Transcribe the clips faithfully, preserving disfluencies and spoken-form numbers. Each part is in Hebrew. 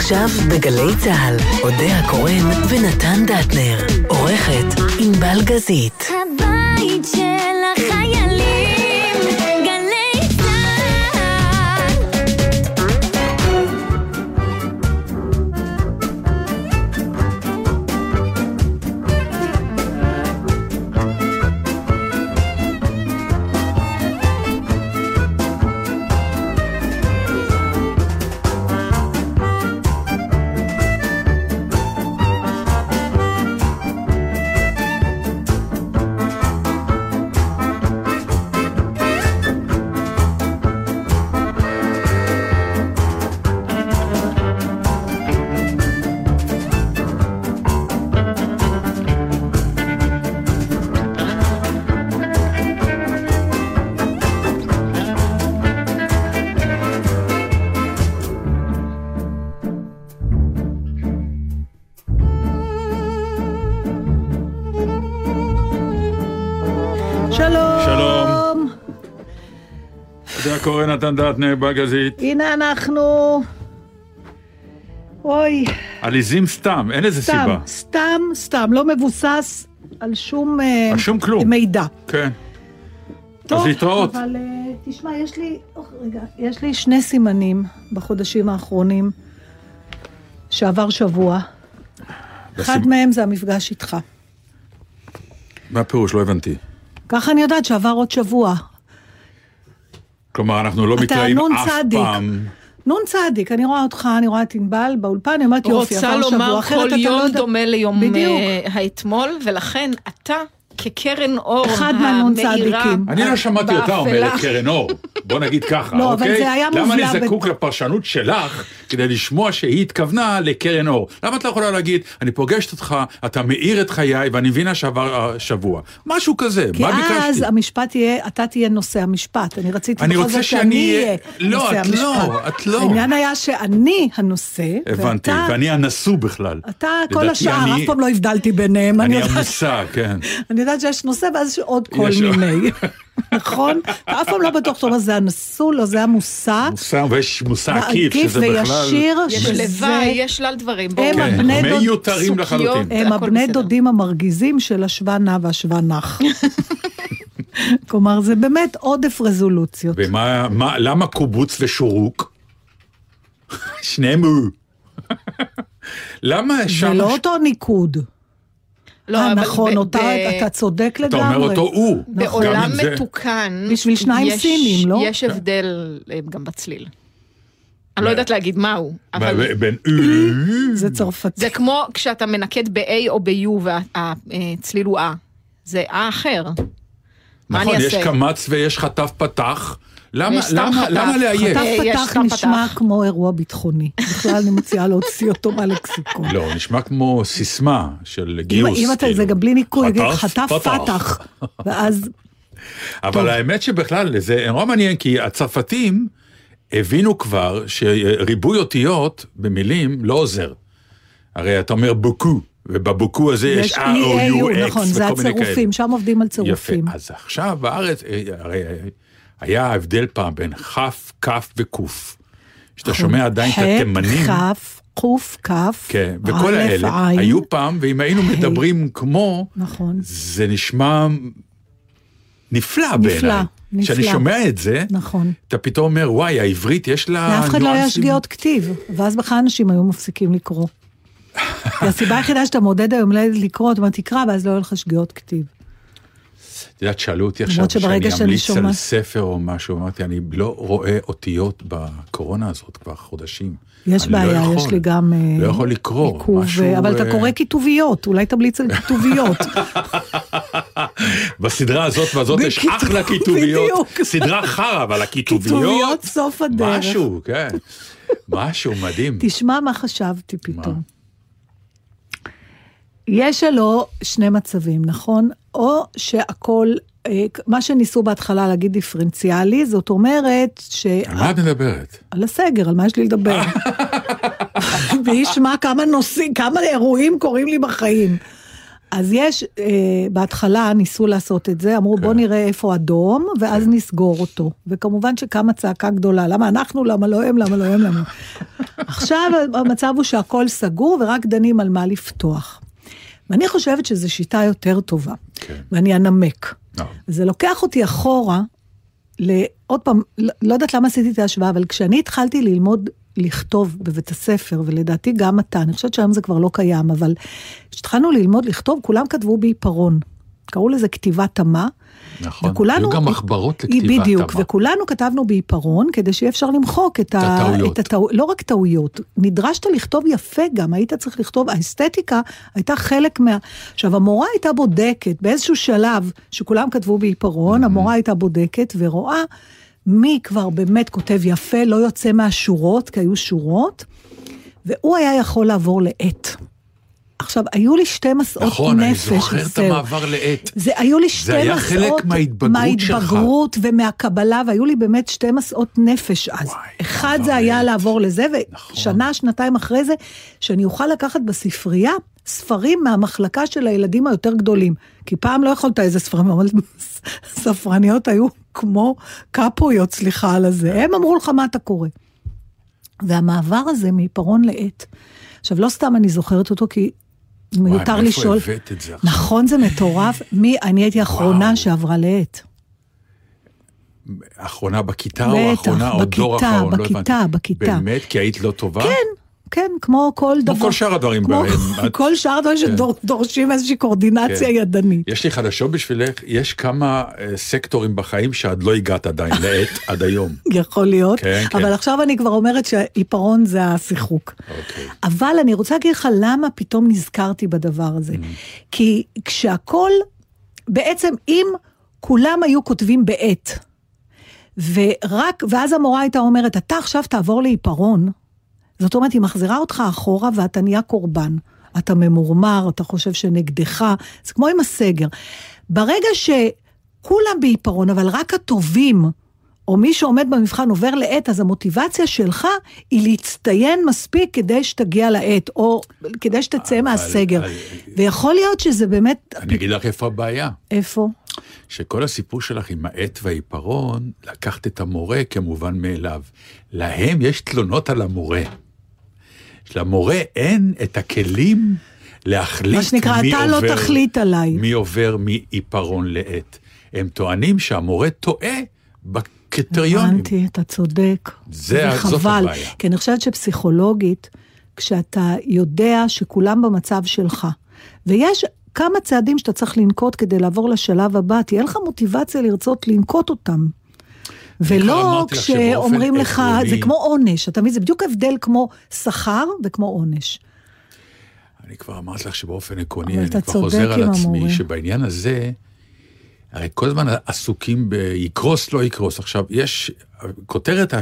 עכשיו בגלי צהל, אודה הקורן ונתן דטנר, עורכת ענבל גזית. הבית של החיילים, גלי צהל. קורא נתן דטנר בגזית. הנה אנחנו... אוי. עליזים סתם, אין איזה סיבה. סתם, סתם, לא מבוסס על שום... על שום כלום. מידע. כן. טוב, אז להתראות. אבל תשמע, יש לי... רגע, יש לי שני סימנים בחודשים האחרונים שעבר שבוע. אחד מהם זה המפגש איתך. מה הפירוש? לא הבנתי. ככה אני יודעת שעבר עוד שבוע. כלומר, אנחנו לא מתראים אף פעם. נון צדיק, אני רואה אותך, אני רואה את ענבל באולפן, אני אומרת יופי, עבר שבוע. רוצה לומר כל יום דומה ליום האתמול, ולכן אתה כקרן אור אחד מהנון צדיקים. אני לא שמעתי אותה אומרת קרן אור, בוא נגיד ככה, לא, אבל זה היה מובלע. למה אני זקוק לפרשנות שלך, כדי לשמוע שהיא התכוונה לקרן אור? למה את לא יכולה להגיד, אני פוגשת אותך, אתה מאיר את חיי, ואני מבינה שעבר שבוע. משהו כזה, מה ביקשתי? כי אז המשפט יהיה, אתה תהיה נושא המשפט. אני רציתי בכל זאת שאני אהיה נושא המשפט. לא, את לא. העניין היה שאני הנושא, הבנתי, ואני הנסו בכלל. אתה כל השאר, אף פעם לא הבדלתי ביניהם. אני המושא, כן. אני יודעת שיש נושא, ואז יש עוד כל מיני. נכון? אף פעם לא בטוח טוב, זה הנסול, או זה המושא. מושא, ויש מושא עקיף, שזה בכלל... וישיר, יש לבה, יש שלל דברים. הם מיותרים לחלוטין. הם הבני דודים המרגיזים של השווה נע והשווה נח. כלומר, זה באמת עודף רזולוציות. ומה, למה קובוץ ושורוק? שניהם הוא. למה שם... זה לא אותו ניקוד. לא, נכון, אתה צודק לגמרי. אתה אומר אותו הוא. בעולם מתוקן, בשביל שניים סינים, לא? יש הבדל גם בצליל. אני לא יודעת להגיד מהו. בין זה צרפתי. זה כמו כשאתה מנקד ב-A או ב-U והצליל הוא A. זה A אחר. נכון, יש קמץ ויש חטף פתח. למה, למה, למה להייף? חטף פתח נשמע כמו אירוע ביטחוני. בכלל אני מציעה להוציא אותו מהלקסיקון. לא, נשמע כמו סיסמה של גיוס. אם אתה, זה גם בלי ניקוי, חטף פתח. ואז... אבל האמת שבכלל, זה אירוע מעניין, כי הצרפתים הבינו כבר שריבוי אותיות במילים לא עוזר. הרי אתה אומר בוקו, ובבוקו הזה יש A, O, U, X, נכון, זה הצירופים, שם עובדים על צירופים. יפה, אז עכשיו בארץ, הרי... היה ההבדל פעם בין חף, כף וקוף. שאתה שומע עדיין את התימנים. חף, קוף, כף, כן, וכל האלה היו פעם, ואם היינו מדברים כמו, זה נשמע נפלא בעיניי. כשאני שומע את זה, אתה פתאום אומר, וואי, העברית יש לה ניואנסים. לאף אחד לא היה שגיאות כתיב, ואז בכלל אנשים היו מפסיקים לקרוא. והסיבה היחידה שאתה מודד היום לקרוא, אתה תקרא, ואז לא היה לך שגיאות כתיב. את יודעת, שאלו אותי עכשיו שאני אמליץ על ספר או משהו, אמרתי, אני לא רואה אותיות בקורונה הזאת כבר חודשים. יש בעיה, יש לי גם... לא יכול לקרוא. אבל אתה קורא כיתוביות, אולי תמליץ על כיתוביות. בסדרה הזאת והזאת יש אחלה כיתוביות. סדרה חרה, אבל הכיתוביות... כיתוביות סוף הדרך. משהו, כן. משהו מדהים. תשמע מה חשבתי פתאום. יש לו שני מצבים, נכון? או שהכל, מה שניסו בהתחלה להגיד דיפרנציאלי, זאת אומרת ש... על מה את מדברת? על הסגר, על מה יש לי לדבר. וישמע כמה נושאים, כמה אירועים קורים לי בחיים. אז יש, אה, בהתחלה ניסו לעשות את זה, אמרו בוא נראה איפה אדום, ואז נסגור אותו. וכמובן שקמה צעקה גדולה, למה אנחנו, למה לא הם, למה לא הם, למה. עכשיו המצב הוא שהכל סגור, ורק דנים על מה לפתוח. ואני חושבת שזו שיטה יותר טובה, כן. ואני אנמק. No. זה לוקח אותי אחורה, לעוד פעם, לא יודעת למה עשיתי את ההשוואה, אבל כשאני התחלתי ללמוד לכתוב בבית הספר, ולדעתי גם אתה, אני חושבת שהיום זה כבר לא קיים, אבל כשהתחלנו ללמוד לכתוב, כולם כתבו בעיפרון. קראו לזה כתיבת תמה. נכון, וכולנו, היו גם מחברות לכתיבת תמה. בדיוק, וכולנו כתבנו בעיפרון, כדי שיהיה אפשר למחוק את, את ה... הטעויות. את הטעו... לא רק טעויות, נדרשת לכתוב יפה גם, היית צריך לכתוב, האסתטיקה הייתה חלק מה... עכשיו, המורה הייתה בודקת, באיזשהו שלב שכולם כתבו בעיפרון, mm-hmm. המורה הייתה בודקת ורואה מי כבר באמת כותב יפה, לא יוצא מהשורות, כי היו שורות, והוא היה יכול לעבור לעת. עכשיו, היו לי שתי מסעות נכון, נפש. נכון, אני זוכר את המעבר לעת. זה, היו לי שתי מסעות. זה היה חלק מההתבגרות, מההתבגרות שלך. ומהקבלה, והיו לי באמת שתי מסעות נפש אז. וואי, אחד זה היה לעת. לעבור לזה, ושנה, נכון. שנתיים אחרי זה, שאני אוכל לקחת בספרייה, ספרים מהמחלקה של הילדים היותר גדולים. כי פעם לא יכולת איזה ספרים, אבל ספרניות היו כמו קפויות, סליחה על הזה. הם אמרו לך מה אתה קורא. והמעבר הזה מעיפרון לעת. עכשיו, לא סתם אני זוכרת אותו, כי מיותר לשאול. איפה הבאת את זה? נכון, זה מטורף. מי, אני הייתי האחרונה שעברה לעת. האחרונה בכיתה או האחרונה או דור אחרון? בכיתה, בכיתה, בכיתה. באמת? כי היית לא טובה? כן, כן, כמו כל דבר. כמו כל שאר הדברים. כמו כל שאר הדברים שדורשים איזושהי קורדינציה ידנית. יש לי חדשות בשבילך, יש כמה סקטורים בחיים שעד לא הגעת עדיין לעת, עד היום. יכול להיות, אבל עכשיו אני כבר אומרת שהעיפרון זה השיחוק. אבל אני רוצה להגיד לך למה פתאום נזכרתי בדבר הזה. כי כשהכל, בעצם אם כולם היו כותבים בעת, ורק, ואז המורה הייתה אומרת, אתה עכשיו תעבור לעיפרון, זאת אומרת, היא מחזירה אותך אחורה, ואתה נהיה קורבן. אתה ממורמר, אתה חושב שנגדך, זה כמו עם הסגר. ברגע שכולם בעיפרון, אבל רק הטובים, או מי שעומד במבחן עובר לעת, אז המוטיבציה שלך היא להצטיין מספיק כדי שתגיע לעת, או כדי שתצא מהסגר. ויכול להיות שזה באמת... אני אגיד לך איפה הבעיה. איפה? שכל הסיפור שלך עם העט והעיפרון, לקחת את המורה כמובן מאליו. להם יש תלונות על המורה. למורה אין את הכלים להחליט מה שנקרא, אתה לא תחליט עליי. מי עובר מעיפרון לעת. הם טוענים שהמורה טועה בקריטריונים. הבנתי, אתה צודק. זה זאת הבעיה. כי אני חושבת שפסיכולוגית, כשאתה יודע שכולם במצב שלך, ויש כמה צעדים שאתה צריך לנקוט כדי לעבור לשלב הבא, תהיה לך מוטיבציה לרצות לנקוט אותם. ולא כשאומרים לך, זה כמו עונש, אתה מבין, זה בדיוק הבדל כמו שכר וכמו עונש. אני כבר אמרתי לך שבאופן עקרוני, אני כבר חוזר על עצמי, שבעניין הזה, הרי כל הזמן עסוקים ביקרוס, לא יקרוס. עכשיו, יש כותרת,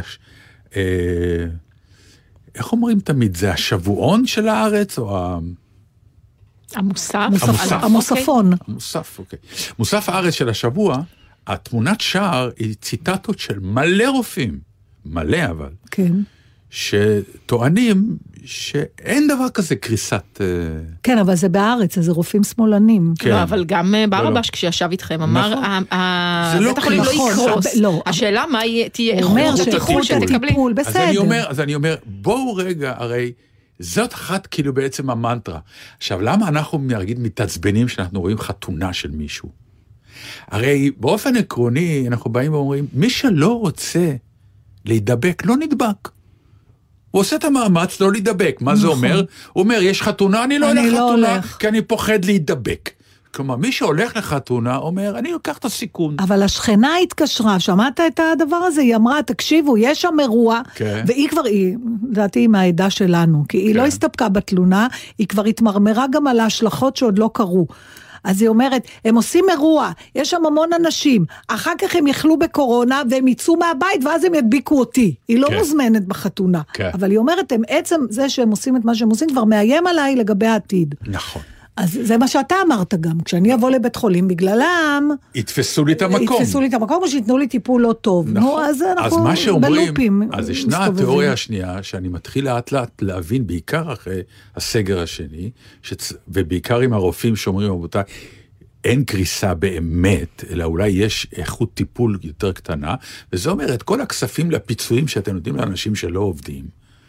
איך אומרים תמיד, זה השבועון של הארץ, או ה... המוסף? המוספון. המוסף, אוקיי. מוסף הארץ של השבוע, התמונת שער היא ציטטות של מלא רופאים, מלא אבל, כן. שטוענים שאין דבר כזה קריסת... כן, אבל זה בארץ, זה רופאים שמאלנים. כן. לא, אבל גם ברבש כשישב איתכם, אמר, בית החולים לא יקרוס. השאלה מה תהיה איכות הטיפול שתקבלי. אז אני אומר, בואו רגע, הרי זאת אחת כאילו בעצם המנטרה. עכשיו, למה אנחנו נגיד מתעצבנים שאנחנו רואים חתונה של מישהו? הרי באופן עקרוני אנחנו באים ואומרים, מי שלא רוצה להידבק, לא נדבק. הוא עושה את המאמץ לא להידבק. מה זה אומר? הוא אומר, יש חתונה, אני לא הולך חתונה, כי אני פוחד להידבק. כלומר, מי שהולך לחתונה אומר, אני לוקח את הסיכון. אבל השכנה התקשרה, שמעת את הדבר הזה? היא אמרה, תקשיבו, יש שם אירוע, והיא כבר, היא, לדעתי, היא מהעדה שלנו, כי היא לא הסתפקה בתלונה, היא כבר התמרמרה גם על ההשלכות שעוד לא קרו. אז היא אומרת, הם עושים אירוע, יש שם המון אנשים, אחר כך הם יחלו בקורונה, והם יצאו מהבית, ואז הם ידביקו אותי. היא לא מוזמנת בחתונה. אבל היא אומרת, הם עצם זה שהם עושים את מה שהם עושים, כבר מאיים עליי לגבי העתיד. נכון. אז זה מה שאתה אמרת גם, כשאני אבוא לבית חולים בגללם, יתפסו לי את המקום. יתפסו לי את המקום, או שיתנו לי טיפול לא טוב. נכון. נו, אז אנחנו אז מה שאומרים, בלופים. אז ישנה התיאוריה השנייה, שאני מתחיל לאט לאט להבין, בעיקר אחרי הסגר השני, שצ... ובעיקר עם הרופאים שאומרים, רבותיי, אין קריסה באמת, אלא אולי יש איכות טיפול יותר קטנה, וזה אומר, את כל הכספים לפיצויים שאתם נותנים לאנשים שלא עובדים,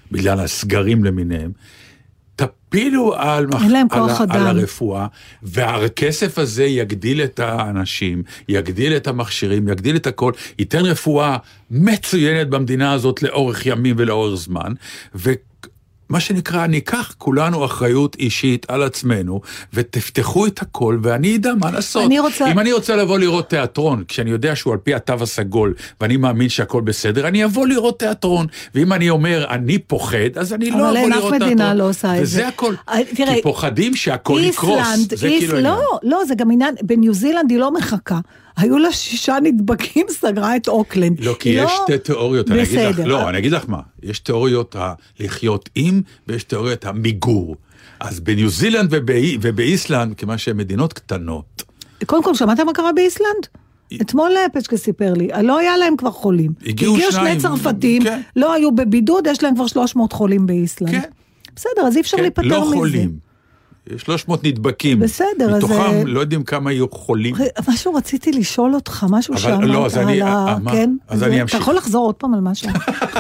בגלל הסגרים למיניהם, תפילו על, מח... על, על הרפואה, והכסף הזה יגדיל את האנשים, יגדיל את המכשירים, יגדיל את הכל, ייתן רפואה מצוינת במדינה הזאת לאורך ימים ולאורך זמן, ו... מה שנקרא, ניקח כולנו אחריות אישית על עצמנו, ותפתחו את הכל, ואני אדע מה לעשות. אני רוצה... אם אני רוצה לבוא לראות תיאטרון, כשאני יודע שהוא על פי התו הסגול, ואני מאמין שהכל בסדר, אני אבוא לראות תיאטרון, ואם אני אומר, אני פוחד, אז אני לא אבוא לראות תיאטרון. אבל אין אף מדינה לא עושה את זה. וזה הכל. תראה, כי פוחדים שהכל יקרוס. זה כאילו עניין. לא, לא, זה גם עניין, בניו זילנד היא לא מחכה. היו לה שישה נדבקים, סגרה את אוקלנד. לא, כי יש שתי תיאוריות, אני אגיד לך, לא, אני אגיד לך מה, יש תיאוריות הלחיות עם, ויש תיאוריות המיגור. אז בניו זילנד ובאיסלנד, כמה שהן מדינות קטנות. קודם כל, שמעת מה קרה באיסלנד? אתמול פצ'קה סיפר לי, לא היה להם כבר חולים. הגיעו שני צרפתים, לא היו בבידוד, יש להם כבר שלוש מאות חולים באיסלנד. בסדר, אז אי אפשר להיפטר מזה. לא חולים. שלוש מאות נדבקים. בסדר, אז... מתוכם לא יודעים כמה יהיו חולים. משהו רציתי לשאול אותך, משהו שאמרת לא, אז אני, ה... מה? כן? אז אני אמשיך. אתה יכול לחזור עוד פעם על משהו.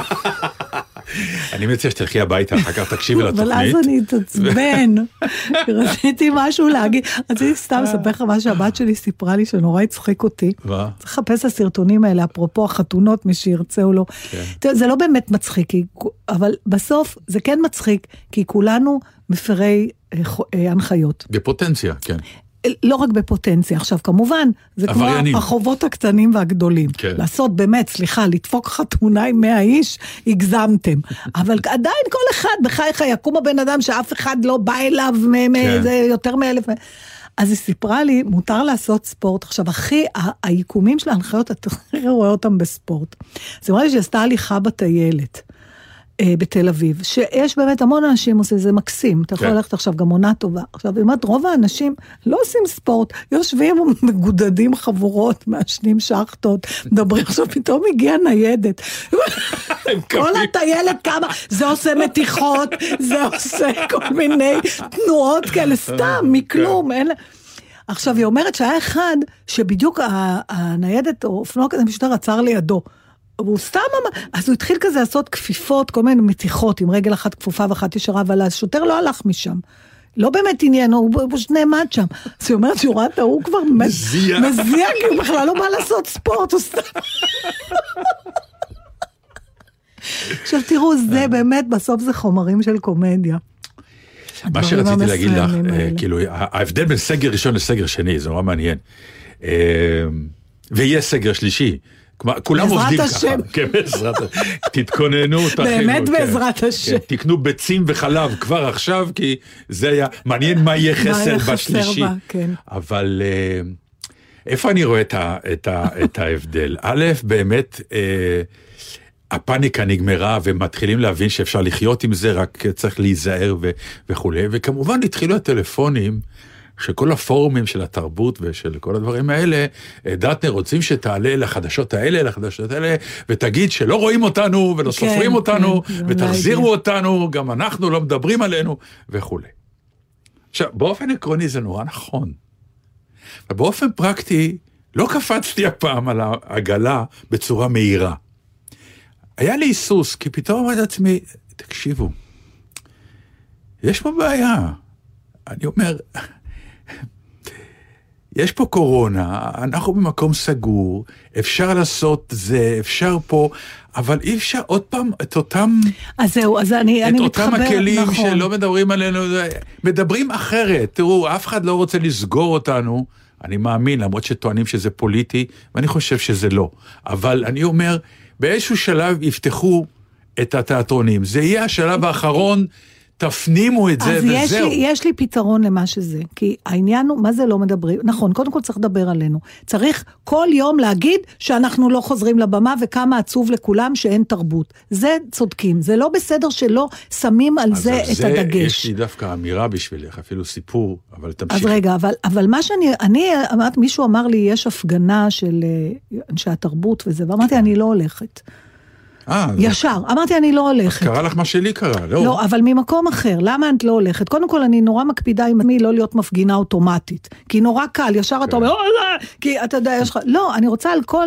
אני מציע שתלכי הביתה, אחר כך תקשיבי לתוכנית. אבל אז אני אתעצבן. רציתי משהו להגיד, רציתי סתם לספר לך מה שהבת שלי סיפרה לי, שנורא הצחיק אותי. מה? צריך לחפש הסרטונים האלה, אפרופו החתונות, מי שירצהו לו. זה לא באמת מצחיק, אבל בסוף זה כן מצחיק, כי כולנו מפרי הנחיות. בפוטנציה, כן. לא רק בפוטנציה. עכשיו, כמובן, זה כמו החובות הקטנים והגדולים. כן. לעשות באמת, סליחה, לדפוק חתונה עם מאה איש, הגזמתם. אבל עדיין כל אחד, בחייך, יקום הבן אדם שאף אחד לא בא אליו, כן. זה יותר מאלף. אז היא סיפרה לי, מותר לעשות ספורט. עכשיו, אחי, היקומים של ההנחיות, אתה רואה אותם בספורט. אז היא אמרה לי שעשתה הליכה בטיילת. בתל אביב, שיש באמת המון אנשים עושים, זה מקסים, אתה יכול ללכת עכשיו גם עונה טובה. עכשיו, באמת, רוב האנשים לא עושים ספורט, יושבים ומגודדים חבורות, מעשנים שחטות, מדברים, עכשיו פתאום הגיעה ניידת. כל הטיילת כמה, זה עושה מתיחות, זה עושה כל מיני תנועות כאלה, סתם, מכלום, אין לה... עכשיו, היא אומרת שהיה אחד, שבדיוק הניידת או אופנוע כזה משטר עצר לידו, והוא סתם, אז הוא התחיל כזה לעשות כפיפות, כל מיני מתיחות, עם רגל אחת כפופה ואחת ישרה, אבל השוטר לא הלך משם. לא באמת עניין, הוא פשוט נעמד שם. אז היא אומרת שהוא ראה, הוא כבר מזיע, מזיע, כי הוא בכלל לא בא לעשות ספורט, הוא סתם. עכשיו תראו, זה באמת, בסוף זה חומרים של קומדיה. מה שרציתי להגיד לך, כאילו, ההבדל בין סגר ראשון לסגר שני, זה נורא מעניין. ויש סגר שלישי. כולם עובדים ככה. כן, בעזרת השם. תתכוננו, תכינו. באמת בעזרת השם. תקנו ביצים וחלב כבר עכשיו, כי זה היה, מעניין מה יהיה חסר בשלישי. אבל איפה אני רואה את ההבדל? א', באמת, הפאניקה נגמרה, ומתחילים להבין שאפשר לחיות עם זה, רק צריך להיזהר וכו'. וכמובן התחילו הטלפונים, שכל הפורומים של התרבות ושל כל הדברים האלה, דטנר רוצים שתעלה לחדשות האלה, לחדשות האלה, ותגיד שלא רואים אותנו, ולא כן, סופרים אותנו, כן, ותחזירו כן. אותנו, גם אנחנו לא מדברים עלינו, וכו'. עכשיו, באופן עקרוני זה נורא נכון. ובאופן פרקטי, לא קפצתי הפעם על העגלה בצורה מהירה. היה לי היסוס, כי פתאום אמרתי לעצמי, תקשיבו, יש פה בעיה. אני אומר... יש פה קורונה, אנחנו במקום סגור, אפשר לעשות זה, אפשר פה, אבל אי אפשר עוד פעם את אותם... אז זהו, אז אני, אני מתחבר, נכון. את אותם הכלים שלא מדברים עלינו, מדברים אחרת. תראו, אף אחד לא רוצה לסגור אותנו, אני מאמין, למרות שטוענים שזה פוליטי, ואני חושב שזה לא. אבל אני אומר, באיזשהו שלב יפתחו את התיאטרונים. זה יהיה השלב האחרון, תפנימו את זה אז וזהו. אז יש, יש לי פתרון למה שזה, כי העניין הוא, מה זה לא מדברים? נכון, קודם כל צריך לדבר עלינו. צריך כל יום להגיד שאנחנו לא חוזרים לבמה, וכמה עצוב לכולם שאין תרבות. זה צודקים, זה לא בסדר שלא שמים על זה את זה הדגש. יש לי דווקא אמירה בשבילך, אפילו סיפור, אבל תמשיך. אז רגע, אבל, אבל מה שאני, אני, אמרת, מישהו אמר לי, יש הפגנה של אנשי התרבות וזה, ואמרתי, אני לא הולכת. ישר, אמרתי אני לא הולכת. קרה לך מה שלי קרה, לא? לא, אבל ממקום אחר, למה את לא הולכת? קודם כל אני נורא מקפידה עם מי לא להיות מפגינה אוטומטית, כי נורא קל, ישר אתה אומר, כי אתה יודע, יש לך, לא, אני רוצה על כל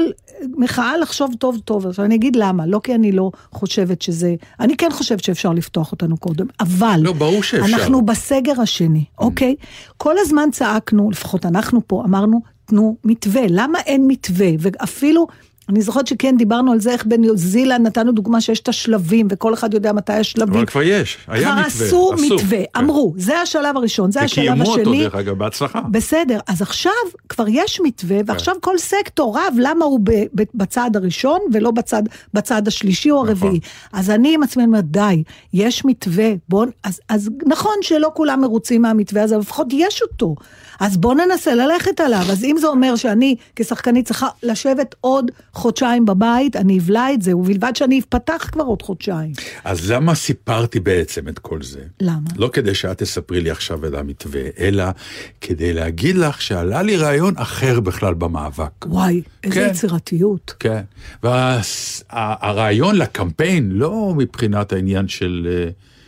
מחאה לחשוב טוב טוב, עכשיו אני אגיד למה, לא כי אני לא חושבת שזה, אני כן חושבת שאפשר לפתוח אותנו קודם, אבל, לא, ברור שאפשר. אנחנו בסגר השני, אוקיי? כל הזמן צעקנו, לפחות אנחנו פה, אמרנו, תנו מתווה, למה אין מתווה? ואפילו, אני זוכרת שכן דיברנו על זה, איך בניו זילנד נתנו דוגמה שיש את השלבים, וכל אחד יודע מתי השלבים. אבל כבר יש, היה כבר מתווה. כבר עשו מתווה, אמרו, זה השלב הראשון, זה השלב השני. וקיימו אותו דרך אגב, בהצלחה. בסדר, אז עכשיו כבר יש מתווה, ועכשיו כל סקטור רב, למה הוא בצד הראשון, ולא בצד, בצד השלישי או הרביעי. אז אני עם עצמי אומרת, די, יש מתווה, בוא, אז, אז נכון שלא כולם מרוצים מהמתווה הזה, אבל לפחות יש אותו. אז בוא ננסה ללכת עליו. אז אם זה אומר שאני כשחקנית צריכה לשבת עוד חודשיים בבית, אני אבלה את זה, ובלבד שאני אפתח כבר עוד חודשיים. אז למה סיפרתי בעצם את כל זה? למה? לא כדי שאת תספרי לי עכשיו את המתווה, אלא כדי להגיד לך שעלה לי רעיון אחר בכלל במאבק. וואי, איזה כן. יצירתיות. כן, והרעיון לקמפיין, לא מבחינת העניין של...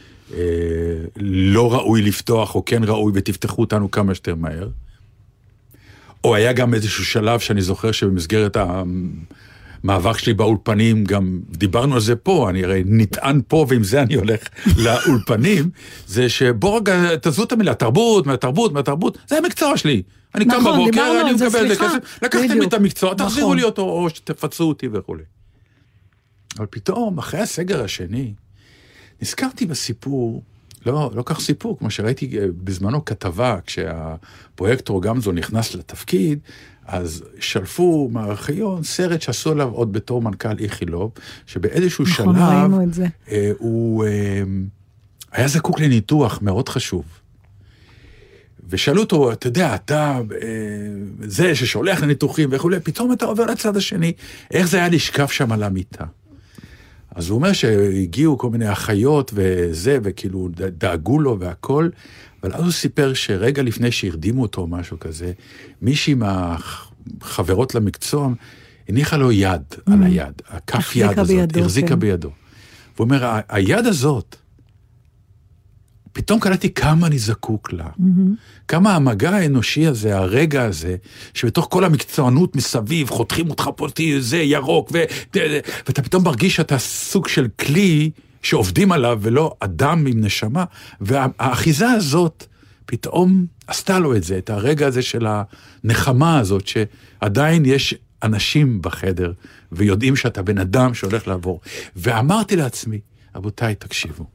לא ראוי לפתוח, או כן ראוי, ותפתחו אותנו כמה שיותר מהר. או היה גם איזשהו שלב שאני זוכר שבמסגרת המאבק שלי באולפנים, גם דיברנו על זה פה, אני הרי נטען פה, ועם זה אני הולך לאולפנים, זה שבוא רגע, תעזבו את המילה, תרבות, מהתרבות, מהתרבות, זה המקצוע שלי. אני קם בבוקר, אני מקבל את הכסף, לקחתם את המקצוע, תחזירו לי אותו, או שתפצו אותי וכו'. אבל פתאום, אחרי הסגר השני, נזכרתי בסיפור, לא, לא כך סיפור, כמו שראיתי בזמנו כתבה, כשהפרויקטור גמזו נכנס לתפקיד, אז שלפו מהארכיון סרט שעשו עליו עוד בתור מנכ"ל איכילוב, שבאיזשהו נכון, שלב, ראינו את זה. אה, הוא אה, היה זקוק לניתוח מאוד חשוב. ושאלו אותו, אתה יודע, אתה אה, זה ששולח לניתוחים וכו', פתאום אתה עובר לצד השני, איך זה היה לשכב שם על המיטה? אז הוא אומר שהגיעו כל מיני אחיות וזה, וכאילו דאגו לו והכל, אבל אז הוא סיפר שרגע לפני שהרדימו אותו או משהו כזה, מישהי מהחברות למקצוע הניחה לו יד mm. על היד, הכף יד הזאת, בידו, החזיקה כן. בידו. והוא אומר, היד הזאת, פתאום קלטתי כמה אני זקוק לה. Mm-hmm. כמה המגע האנושי הזה, הרגע הזה, שבתוך כל המקצוענות מסביב, חותכים אותך פה, זה ירוק, ו... ואתה פתאום מרגיש שאתה סוג של כלי שעובדים עליו, ולא אדם עם נשמה. והאחיזה הזאת פתאום עשתה לו את זה, את הרגע הזה של הנחמה הזאת, שעדיין יש אנשים בחדר, ויודעים שאתה בן אדם שהולך לעבור. ואמרתי לעצמי, רבותיי, תקשיבו.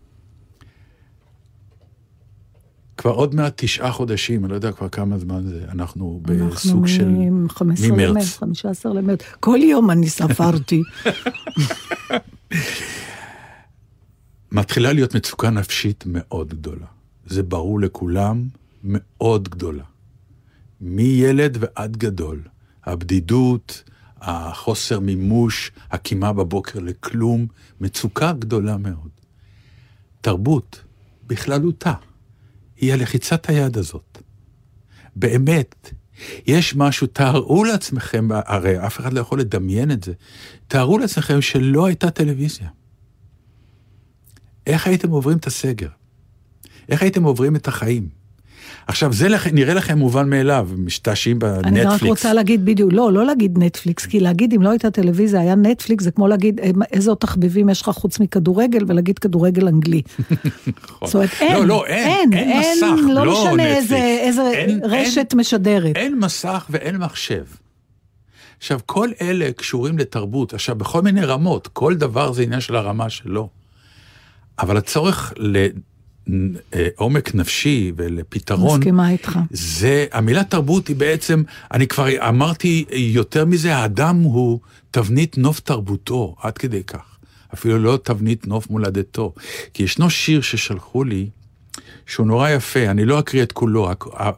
כבר עוד מעט תשעה חודשים, אני לא יודע כבר כמה זמן זה, אנחנו בסוג של ממרץ. חמישה עשר למרץ, כל יום אני ספרתי. מתחילה להיות מצוקה נפשית מאוד גדולה. זה ברור לכולם, מאוד גדולה. מילד ועד גדול. הבדידות, החוסר מימוש, הקימה בבוקר לכלום, מצוקה גדולה מאוד. תרבות, בכללותה. היא הלחיצת היד הזאת. באמת, יש משהו, תארו לעצמכם, הרי אף אחד לא יכול לדמיין את זה, תארו לעצמכם שלא הייתה טלוויזיה. איך הייתם עוברים את הסגר? איך הייתם עוברים את החיים? עכשיו, זה נראה לכם מובן מאליו, משתעשים בנטפליקס. אני רק רוצה להגיד בדיוק, לא, לא להגיד נטפליקס, כי להגיד אם לא הייתה טלוויזיה, היה נטפליקס, זה כמו להגיד איזה תחביבים יש לך חוץ מכדורגל, ולהגיד כדורגל אנגלי. זאת אומרת, אין, לא, לא, אין, אין, אין מסך, לא, לא משנה איזה, איזה אין, רשת אין, משדרת. אין מסך ואין מחשב. עכשיו, כל אלה קשורים לתרבות, עכשיו, בכל מיני רמות, כל דבר זה עניין של הרמה שלו. אבל הצורך ל... עומק נפשי ולפתרון, מסכימה איתך. זה, המילה תרבות היא בעצם, אני כבר אמרתי יותר מזה, האדם הוא תבנית נוף תרבותו, עד כדי כך. אפילו לא תבנית נוף מולדתו. כי ישנו שיר ששלחו לי, שהוא נורא יפה, אני לא אקריא את כולו,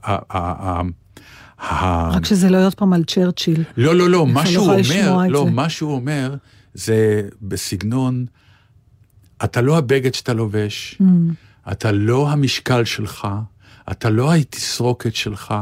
רק שזה לא להיות פעם על צ'רצ'יל. לא, לא, לא, מה שהוא אומר, לא, מה שהוא אומר, זה בסגנון, אתה לא הבגד שאתה לובש, mm. אתה לא המשקל שלך, אתה לא התסרוקת שלך,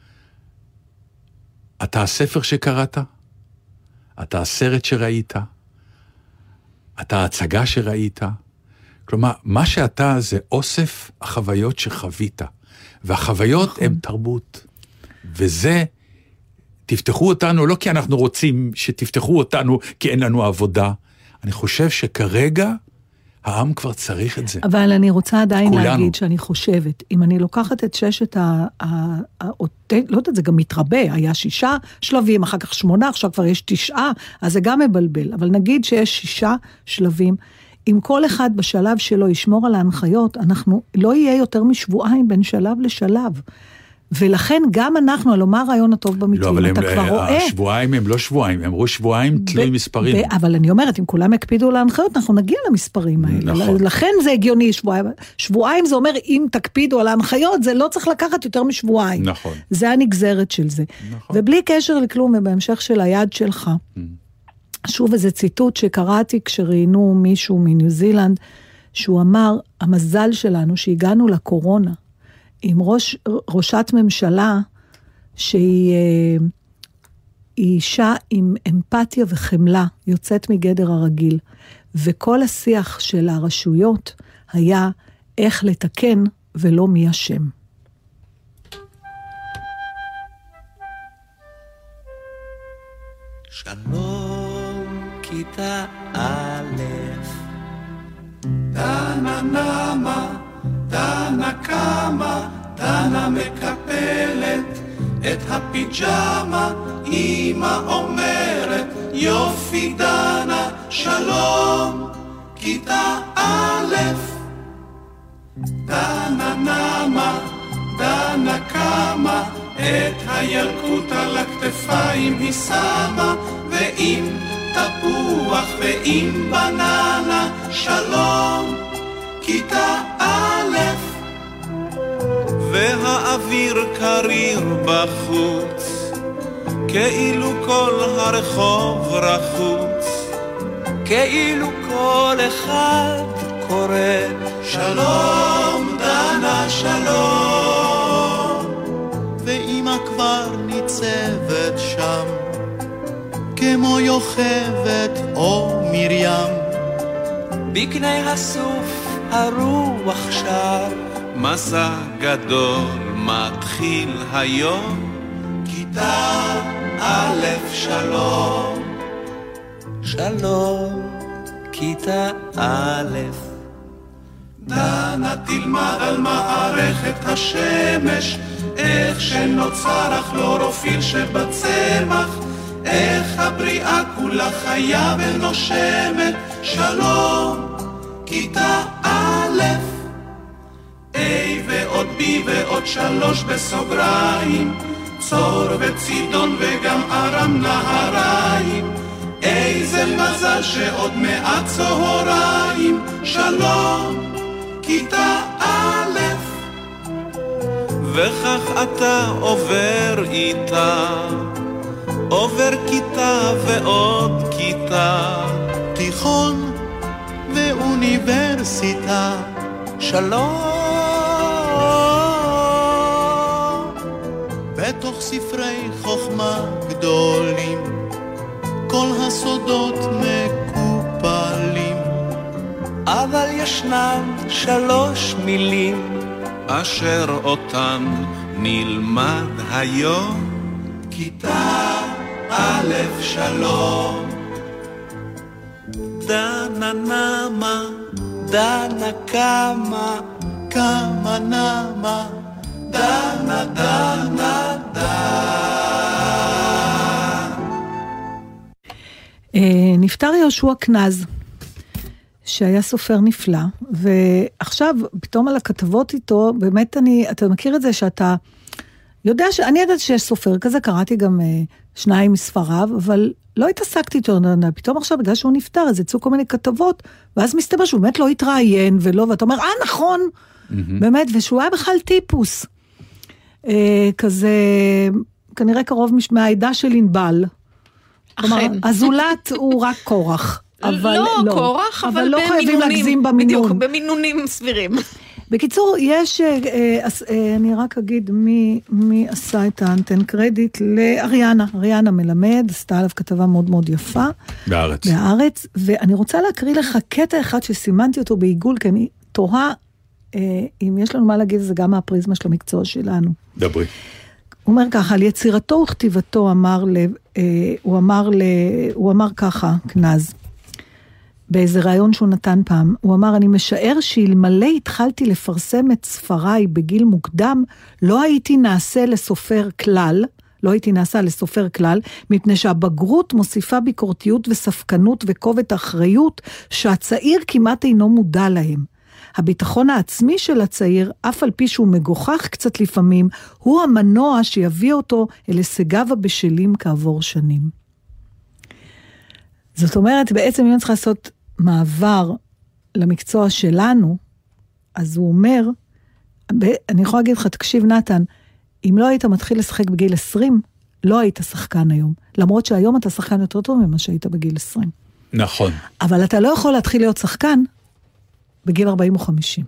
אתה הספר שקראת, אתה הסרט שראית, אתה ההצגה שראית, כלומר, מה שאתה זה אוסף החוויות שחווית, והחוויות הן תרבות, וזה תפתחו אותנו, לא כי אנחנו רוצים שתפתחו אותנו, כי אין לנו עבודה. אני חושב שכרגע העם כבר צריך את זה. אבל אני רוצה עדיין כולנו. להגיד שאני חושבת, אם אני לוקחת את ששת ה... ה, ה לא יודעת, זה גם מתרבה, היה שישה שלבים, אחר כך שמונה, עכשיו כבר יש תשעה, אז זה גם מבלבל, אבל נגיד שיש שישה שלבים, אם כל אחד בשלב שלו ישמור על ההנחיות, אנחנו לא יהיה יותר משבועיים בין שלב לשלב. ולכן גם אנחנו, הלוא מה הרעיון הטוב במתווים, לא, אתה הם, כבר רואה. השבועיים הם לא שבועיים, הם אמרו שבועיים תלוי מספרים. ב- אבל אני אומרת, אם כולם יקפידו להנחיות, אנחנו נגיע למספרים האלה. נכון. לכן זה הגיוני, שבועיים. שבועיים זה אומר, אם תקפידו על ההנחיות, זה לא צריך לקחת יותר משבועיים. נכון. זה הנגזרת של זה. נכון. ובלי קשר לכלום, בהמשך של היד שלך, mm. שוב איזה ציטוט שקראתי כשראינו מישהו מניו זילנד, שהוא אמר, המזל שלנו שהגענו לקורונה, עם ראש, ראשת ממשלה שהיא אישה עם אמפתיה וחמלה, יוצאת מגדר הרגיל, וכל השיח של הרשויות היה איך לתקן ולא מי אשם. שלום כיתה א' דנה נמה דנה קמה, דנה מקפלת את הפיג'מה, אמא אומרת יופי דנה, שלום כיתה א'. דנה נמה, דנה קמה, את הילקוט על הכתפיים היא שמה, ועם תפוח ועם בננה, שלום כיתה א'. והאוויר קריר בחוץ, כאילו כל הרחוב רחוץ, כאילו כל אחד קורא שלום דנה שלום. ואמא כבר ניצבת שם, כמו יוכבת או מרים, בקני הסוף הרוח שר, מסע גדול מתחיל היום, כיתה א' שלום. שלום כיתה א'. דנה תלמד על מערכת השמש, איך שנוצר הכלורופיל שבצמח, איך הבריאה כולה חיה ונושמת, שלום כיתה א'. A ועוד B ועוד שלוש בסוגריים, צור וצידון וגם ארם נהריים, איזה מזל שעוד מעט צהריים, שלום כיתה א'. וכך אתה עובר איתה, עובר כיתה ועוד כיתה, תיכון ואוניברסיטה, שלום. בתוך ספרי חוכמה גדולים, כל הסודות מקופלים, אבל ישנן שלוש מילים, אשר אותן נלמד היום, כיתה א' שלום. דנה נמה, דנה קמה, קמה נמה, דנה דנה דנה. נפטר יהושע קנז, שהיה סופר נפלא, ועכשיו פתאום על הכתבות איתו, באמת אני, אתה מכיר את זה שאתה יודע, ש... אני יודעת שיש סופר כזה, קראתי גם שניים מספריו, אבל לא התעסקתי איתו, פתאום עכשיו בגלל שהוא נפטר, אז יצאו כל מיני כתבות, ואז מסתבר שהוא באמת לא התראיין, ולא, ואתה אומר, אה נכון, mm-hmm. באמת, ושהוא היה בכלל טיפוס, אה, כזה, כנראה קרוב מהעדה של ענבל, כלומר, הזולת הוא רק קורח, אבל לא, לא קורח, אבל, אבל לא חייבים להגזים במינון. בדיוק, במינונים סבירים. בקיצור, יש, אני רק אגיד מי, מי עשה את האנטן קרדיט לאריאנה. אריאנה מלמד, עשתה עליו כתבה מאוד מאוד יפה. בארץ. בארץ, ואני רוצה להקריא לך קטע אחד שסימנתי אותו בעיגול, כי אני תוהה, אם יש לנו מה להגיד, זה גם מהפריזמה של המקצוע שלנו. דברי. הוא אומר ככה, על יצירתו וכתיבתו אמר, ל, אה, הוא, אמר ל, הוא אמר ככה, כנז, באיזה רעיון שהוא נתן פעם, הוא אמר, אני משער שאלמלא התחלתי לפרסם את ספריי בגיל מוקדם, לא הייתי נעשה לסופר כלל, לא הייתי נעשה לסופר כלל, מפני שהבגרות מוסיפה ביקורתיות וספקנות וכובד אחריות, שהצעיר כמעט אינו מודע להם. הביטחון העצמי של הצעיר, אף על פי שהוא מגוחך קצת לפעמים, הוא המנוע שיביא אותו אל הישגיו הבשלים כעבור שנים. זאת אומרת, בעצם אם אני צריך לעשות מעבר למקצוע שלנו, אז הוא אומר, אני יכולה להגיד לך, תקשיב נתן, אם לא היית מתחיל לשחק בגיל עשרים, לא היית שחקן היום. למרות שהיום אתה שחקן יותר טוב ממה שהיית בגיל עשרים. נכון. אבל אתה לא יכול להתחיל להיות שחקן בגיל ארבעים או חמישים.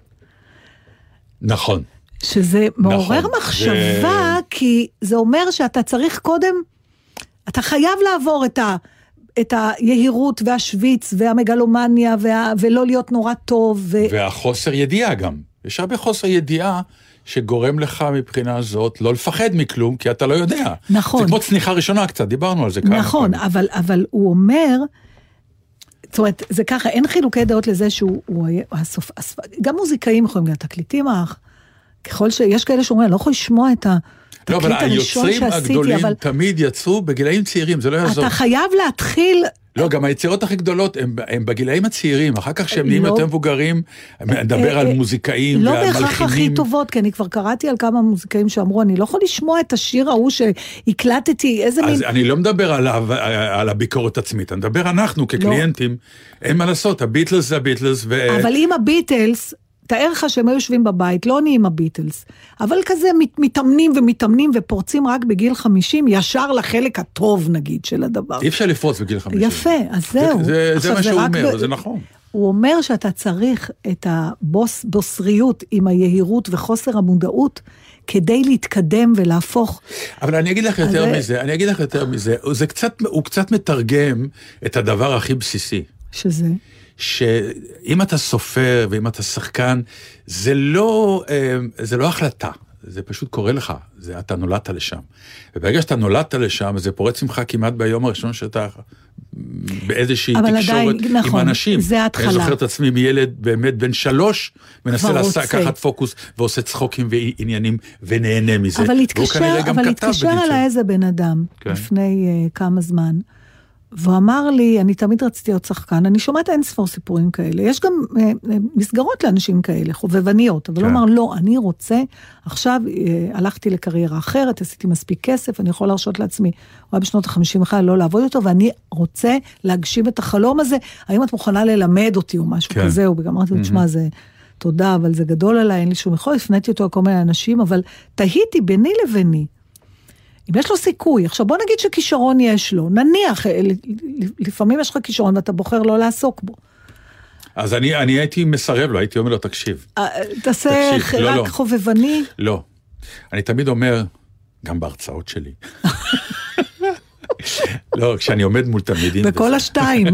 נכון. שזה מעורר נכון. מחשבה, ו... כי זה אומר שאתה צריך קודם, אתה חייב לעבור את ה... את היהירות והשוויץ והמגלומניה וה... ולא להיות נורא טוב. ו... והחוסר ידיעה גם. יש הרבה חוסר ידיעה שגורם לך מבחינה הזאת לא לפחד מכלום, כי אתה לא יודע. נכון. זה כמו צניחה ראשונה קצת, דיברנו על זה כמה. נכון, אבל, אבל הוא אומר, זאת אומרת, זה ככה, אין חילוקי דעות לזה שהוא, הוא, הסוף, הסוף, גם מוזיקאים יכולים להיות תקליטים, אך ככל שיש כאלה שאומרים, לא יכול לשמוע את ה... לא, אבל היוצרים הגדולים אבל... תמיד יצרו בגילאים צעירים, זה לא יעזור. אתה חייב להתחיל... לא, גם היצירות הכי גדולות הם, הם בגילאים הצעירים, אחר כך שהם נהיים לא... יותר מבוגרים, נדבר על מוזיקאים לא ועל מלחינים. לא בהכרח הכי טובות, כי אני כבר קראתי על כמה מוזיקאים שאמרו, אני לא יכול לשמוע את השיר ההוא שהקלטתי, איזה אז מין... אני לא מדבר על, על הביקורת עצמית, אני מדבר אנחנו כקליינטים, לא. אין מה לעשות, הביטלס זה הביטלס ו... אבל אם הביטלס... תאר לך שהם היו יושבים בבית, לא נהיים הביטלס, אבל כזה מת, מתאמנים ומתאמנים ופורצים רק בגיל חמישים, ישר לחלק הטוב נגיד של הדבר. אי אפשר לפרוץ בגיל חמישים. יפה, אז זהו. זה, זה מה שהוא אומר, ב... זה נכון. הוא אומר שאתה צריך את הבוסריות עם היהירות וחוסר המודעות, כדי להתקדם ולהפוך. אבל אני אגיד לך יותר זה... מזה, אני אגיד לך יותר מזה, זה קצת, הוא קצת מתרגם את הדבר הכי בסיסי. שזה? שאם אתה סופר ואם אתה שחקן, זה לא, זה לא החלטה, זה פשוט קורה לך, זה, אתה נולדת לשם. וברגע שאתה נולדת לשם, זה פורץ ממך כמעט ביום הראשון שאתה באיזושהי תקשורת נכון, עם אנשים. זה ההתחלה. אני זוכר את עצמי מילד באמת בן שלוש, מנסה לקחת פוקוס ועושה צחוקים ועניינים ונהנה מזה. אבל התקשר, אבל התקשר עליי איזה בן אדם, כן. לפני uh, כמה זמן, והוא אמר לי, אני תמיד רציתי להיות שחקן, אני שומעת אין ספור סיפורים כאלה, יש גם אה, מסגרות לאנשים כאלה, חובבניות, אבל הוא אמר, לא, אני רוצה, עכשיו אה, הלכתי לקריירה אחרת, עשיתי מספיק כסף, אני יכול להרשות לעצמי, הוא היה בשנות ה-חמישים בכלל לא לעבוד אותו, ואני רוצה להגשים את החלום הזה, האם את מוכנה ללמד אותי או משהו כן. כזה, וגם אמרתי, תשמע, זה תודה, אבל זה גדול עליי, אין לי שום יכול, הפניתי אותו כל מיני אנשים, אבל תהיתי ביני לביני, אם יש לו סיכוי, עכשיו בוא נגיד שכישרון יש לו, נניח, לפעמים יש לך כישרון ואתה בוחר לא לעסוק בו. אז אני, אני הייתי מסרב לו, הייתי אומר לו, תקשיב. תעשה תקשיב, רק לא, לא. חובבני? לא. אני תמיד אומר, גם בהרצאות שלי. לא, כשאני עומד מול תלמידים. בכל השתיים.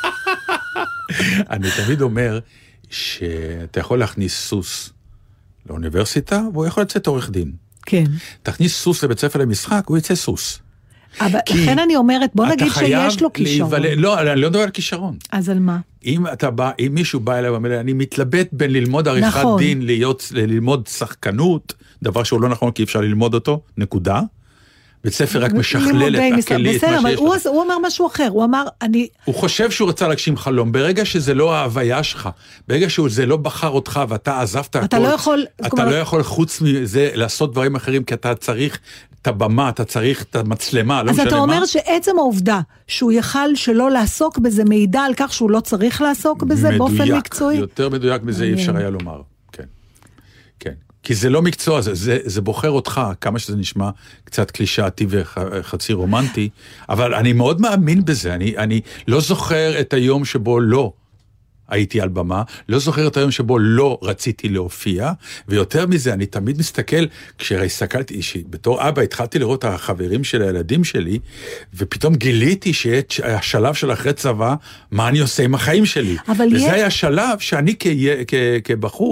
אני תמיד אומר, שאתה יכול להכניס סוס לאוניברסיטה, והוא יכול לצאת עורך דין. כן. תכניס סוס לבית ספר למשחק, הוא יצא סוס. אבל לכן אני אומרת, בוא נגיד שיש לו כישרון. להיוולד, לא, אני לא מדבר על כישרון. אז על מה? אם אתה בא, אם מישהו בא אליי ואומר, אני מתלבט בין ללמוד עריכת נכון. דין, להיות, ללמוד שחקנות, דבר שהוא לא נכון כי אפשר ללמוד אותו, נקודה. בית ספר רק משכלל את הכלי, בסדר, אבל הוא, הוא אמר משהו אחר, הוא אמר, אני... הוא חושב שהוא רצה להגשים חלום, ברגע שזה לא ההוויה שלך, ברגע שזה לא בחר אותך ואתה עזבת אתה הכל, לא יכול... אתה לא יכול חוץ מזה לעשות דברים אחרים, כי אתה צריך את הבמה, אתה צריך את המצלמה, לא משנה מה. אז אתה אומר שעצם העובדה שהוא יכל שלא לעסוק בזה, מעידה על כך שהוא לא צריך לעסוק בזה באופן מקצועי? יותר מדויק מזה אי אפשר היה לומר, כן. כן. כי זה לא מקצוע, זה, זה, זה בוחר אותך, כמה שזה נשמע קצת קלישאתי וחצי רומנטי, אבל אני מאוד מאמין בזה, אני, אני לא זוכר את היום שבו לא הייתי על במה, לא זוכר את היום שבו לא רציתי להופיע, ויותר מזה, אני תמיד מסתכל, כשהסתכלתי אישית, בתור אבא התחלתי לראות החברים של הילדים שלי, ופתאום גיליתי שהשלב של אחרי צבא, מה אני עושה עם החיים שלי. וזה היה שלב שאני כ, כ, כבחור,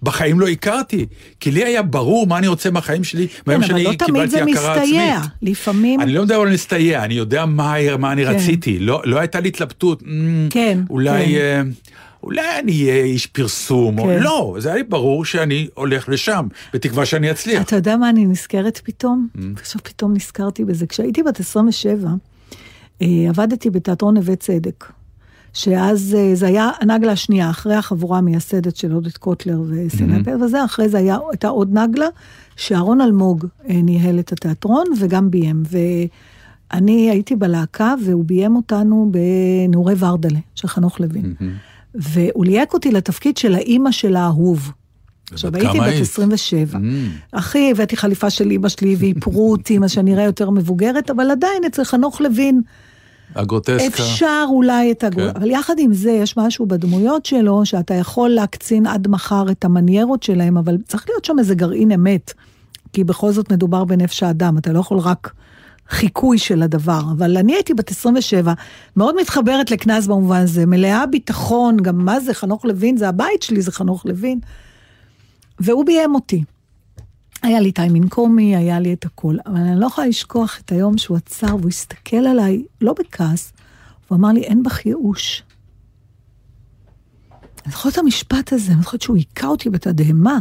בחיים לא הכרתי, כי לי היה ברור מה אני רוצה מהחיים שלי, מהיום שאני קיבלתי הכרה עצמית. כן, אבל לא תמיד זה מסתייע, לפעמים... אני לא יודע על מסתייע, אני יודע מה, מה אני רציתי, לא הייתה לי התלבטות, אולי... אולי אני אהיה איש פרסום, או לא, זה היה לי ברור שאני הולך לשם, בתקווה שאני אצליח. אתה יודע מה אני נזכרת פתאום? עכשיו פתאום נזכרתי בזה. כשהייתי בת עשרים ושבע, עבדתי בתיאטרון נווה צדק, שאז זה היה הנגלה השנייה, אחרי החבורה המייסדת של עודד קוטלר וסנאפר, וזה אחרי זה הייתה עוד נגלה, שאהרון אלמוג ניהל את התיאטרון, וגם ביים, ואני הייתי בלהקה, והוא ביים אותנו בנעורי ורדלה, של חנוך לוין. והוא ליהק אותי לתפקיד של האימא של האהוב. עכשיו, הייתי בת עשרים ושבע. אחי, הבאתי חליפה של אמא שלי, ואיפרו אותי, מה שאני אראה יותר מבוגרת, אבל עדיין אצל חנוך לוין, הגרוטסקה. אפשר אולי את הגרוטסקה. אבל יחד עם זה, יש משהו בדמויות שלו, שאתה יכול להקצין עד מחר את המניירות שלהם, אבל צריך להיות שם איזה גרעין אמת, כי בכל זאת מדובר בנפש האדם, אתה לא יכול רק... חיקוי של הדבר, אבל אני הייתי בת עשרים ושבע, מאוד מתחברת לכנס במובן הזה, מלאה ביטחון, גם מה זה חנוך לוין, זה הבית שלי, זה חנוך לוין, והוא ביים אותי. היה לי טיימין קומי, היה לי את הכל, אבל אני לא יכולה לשכוח את היום שהוא עצר, והוא הסתכל עליי, לא בכעס, הוא אמר לי, אין בך ייאוש. אני זוכרת את המשפט הזה, אני זוכרת שהוא עיקה אותי בתדהמה,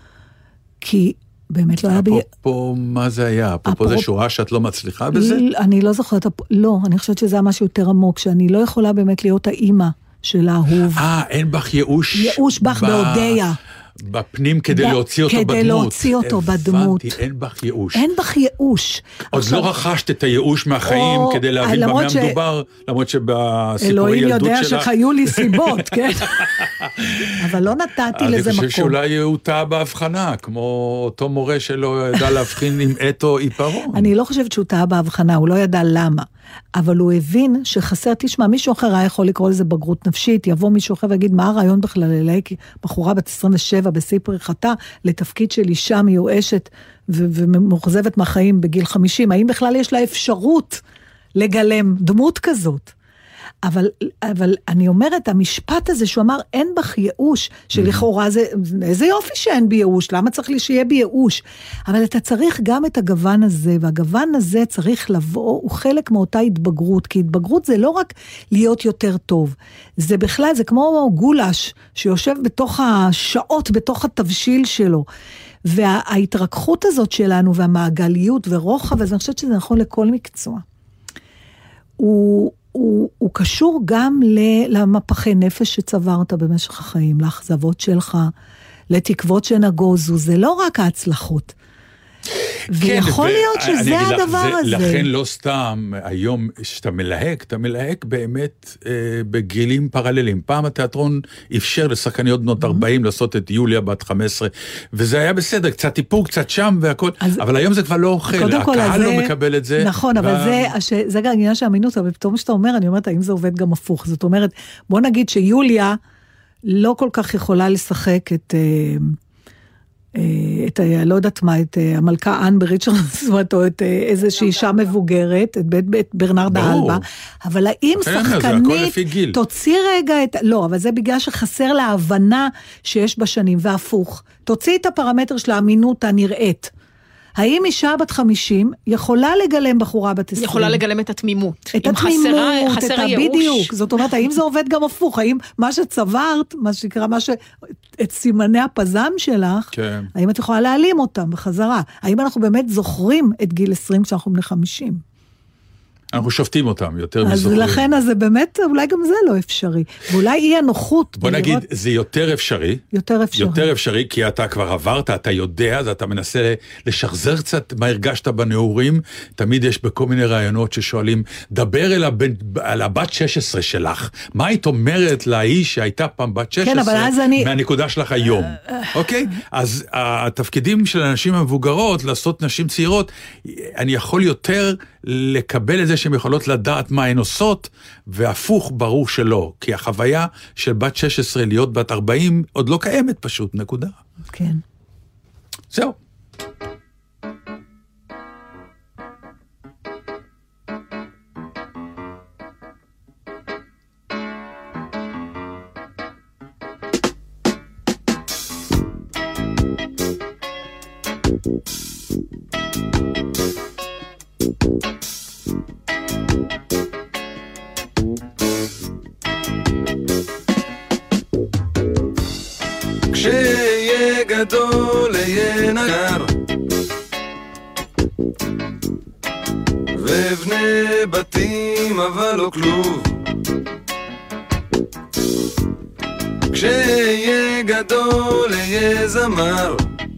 כי באמת לא היה... אפרופו מה זה היה? אפרופו זה שורה שאת לא מצליחה בזה? אני לא זוכרת, לא, אני חושבת שזה היה משהו יותר עמוק, שאני לא יכולה באמת להיות האימא של האהוב. אה, אין בך ייאוש? ייאוש בך בהודיה. בפנים כדי להוציא אותו בדמות. כדי להוציא אותו בדמות. הבנתי, אין בך ייאוש. אין בך ייאוש. עוד לא רכשת את הייאוש מהחיים כדי להבין במה מדובר, למרות שבסיפורי ילדות שלך... אלוהים יודע שחיו לי סיבות, כן? אבל לא נתתי לזה מקום. אני חושב שאולי הוא טעה בהבחנה, כמו אותו מורה שלא ידע להבחין עם אתו עיפרון. אני לא חושבת שהוא טעה בהבחנה, הוא לא ידע למה. אבל הוא הבין שחסר, תשמע, מישהו אחר היה יכול לקרוא לזה בגרות נפשית, יבוא מישהו אחר ויגיד, מה הרעיון בכלל אליי, כי בחורה בת עשרים ושבע בשיא פריחתה, לתפקיד של אישה מיואשת ו- ומוחזבת מהחיים בגיל חמישים, האם בכלל יש לה אפשרות לגלם דמות כזאת? אבל, אבל אני אומרת, המשפט הזה שהוא אמר, אין בך ייאוש, שלכאורה זה, איזה יופי שאין בי ייאוש, למה צריך לי שיהיה בי ייאוש? אבל אתה צריך גם את הגוון הזה, והגוון הזה צריך לבוא, הוא חלק מאותה התבגרות, כי התבגרות זה לא רק להיות יותר טוב, זה בכלל, זה כמו גולש, שיושב בתוך השעות, בתוך התבשיל שלו, וההתרככות הזאת שלנו, והמעגליות ורוחב, אז אני חושבת שזה נכון לכל מקצוע. הוא... הוא, הוא קשור גם למפחי נפש שצברת במשך החיים, לאכזבות שלך, לתקוות שנגוזו, זה לא רק ההצלחות. ויכול כן, להיות שזה הדבר זה, הזה. לכן לא סתם, היום שאתה מלהק, אתה מלהק באמת אה, בגילים פרללים. פעם התיאטרון אפשר לשחקניות בנות ארבעים לעשות את יוליה בת חמש עשרה, וזה היה בסדר, קצת איפור, קצת שם והכל, אז, אבל היום זה כבר לא אוכל, הקהל לא מקבל את זה. נכון, אבל ו... זה, ש... זה גם עניין של אמינות, אבל פתאום שאתה אומר, אני אומרת, האם זה עובד גם הפוך? זאת אומרת, בוא נגיד שיוליה לא כל כך יכולה לשחק את... אה, את, לא יודעת מה, את המלכה אן בריצ'רדס, או את איזושהי אישה מבוגרת, את בית, בית ברנרד האלבה, אבל האם שחקנית תוציא רגע את, לא, אבל זה בגלל שחסר להבנה שיש בשנים, והפוך, תוציא את הפרמטר של האמינות הנראית. האם אישה בת חמישים יכולה לגלם בחורה בת עשרים? יכולה לגלם את התמימות. את התמימות, את הבדיוק. זאת אומרת, האם זה עובד גם הפוך? האם מה שצברת, מה שקרה, מה ש... את סימני הפזם שלך, כן. האם את יכולה להעלים אותם בחזרה? האם אנחנו באמת זוכרים את גיל עשרים כשאנחנו בני חמישים? אנחנו שופטים אותם יותר אז מזוכרים. לכן, אז זה באמת, אולי גם זה לא אפשרי. ואולי אי הנוחות. בוא נגיד, לראות... זה יותר אפשרי. יותר אפשרי. יותר אפשרי, כי אתה כבר עברת, אתה יודע, אז אתה מנסה לשחזר קצת מה הרגשת בנעורים. תמיד יש בכל מיני רעיונות ששואלים, דבר אל, הבן, על הבת שש עשרה שלך. מה היית אומרת לאיש שהייתה פעם בת שש עשרה? כן, אבל אז אני... מהנקודה שלך היום. אוקיי? אז התפקידים של הנשים המבוגרות, לעשות נשים צעירות, אני יכול יותר לקבל את זה שהן יכולות לדעת מה הן עושות, והפוך ברור שלא, כי החוויה של בת שש עשרה להיות בת ארבעים עוד לא קיימת פשוט, נקודה. כן. זהו. כשיהיה גדול יהיה נגר ובני בתים אבל לא כלוב כשיהיה גדול יהיה זמר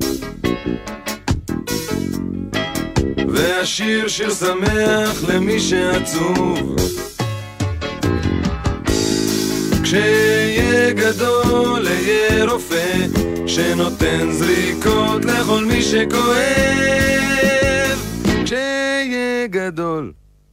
והשיר שיר שמח למי שעצוב כשיהיה גדול יהיה רופא שנותן זריקות לכל מי שכואב כשיהיה גדול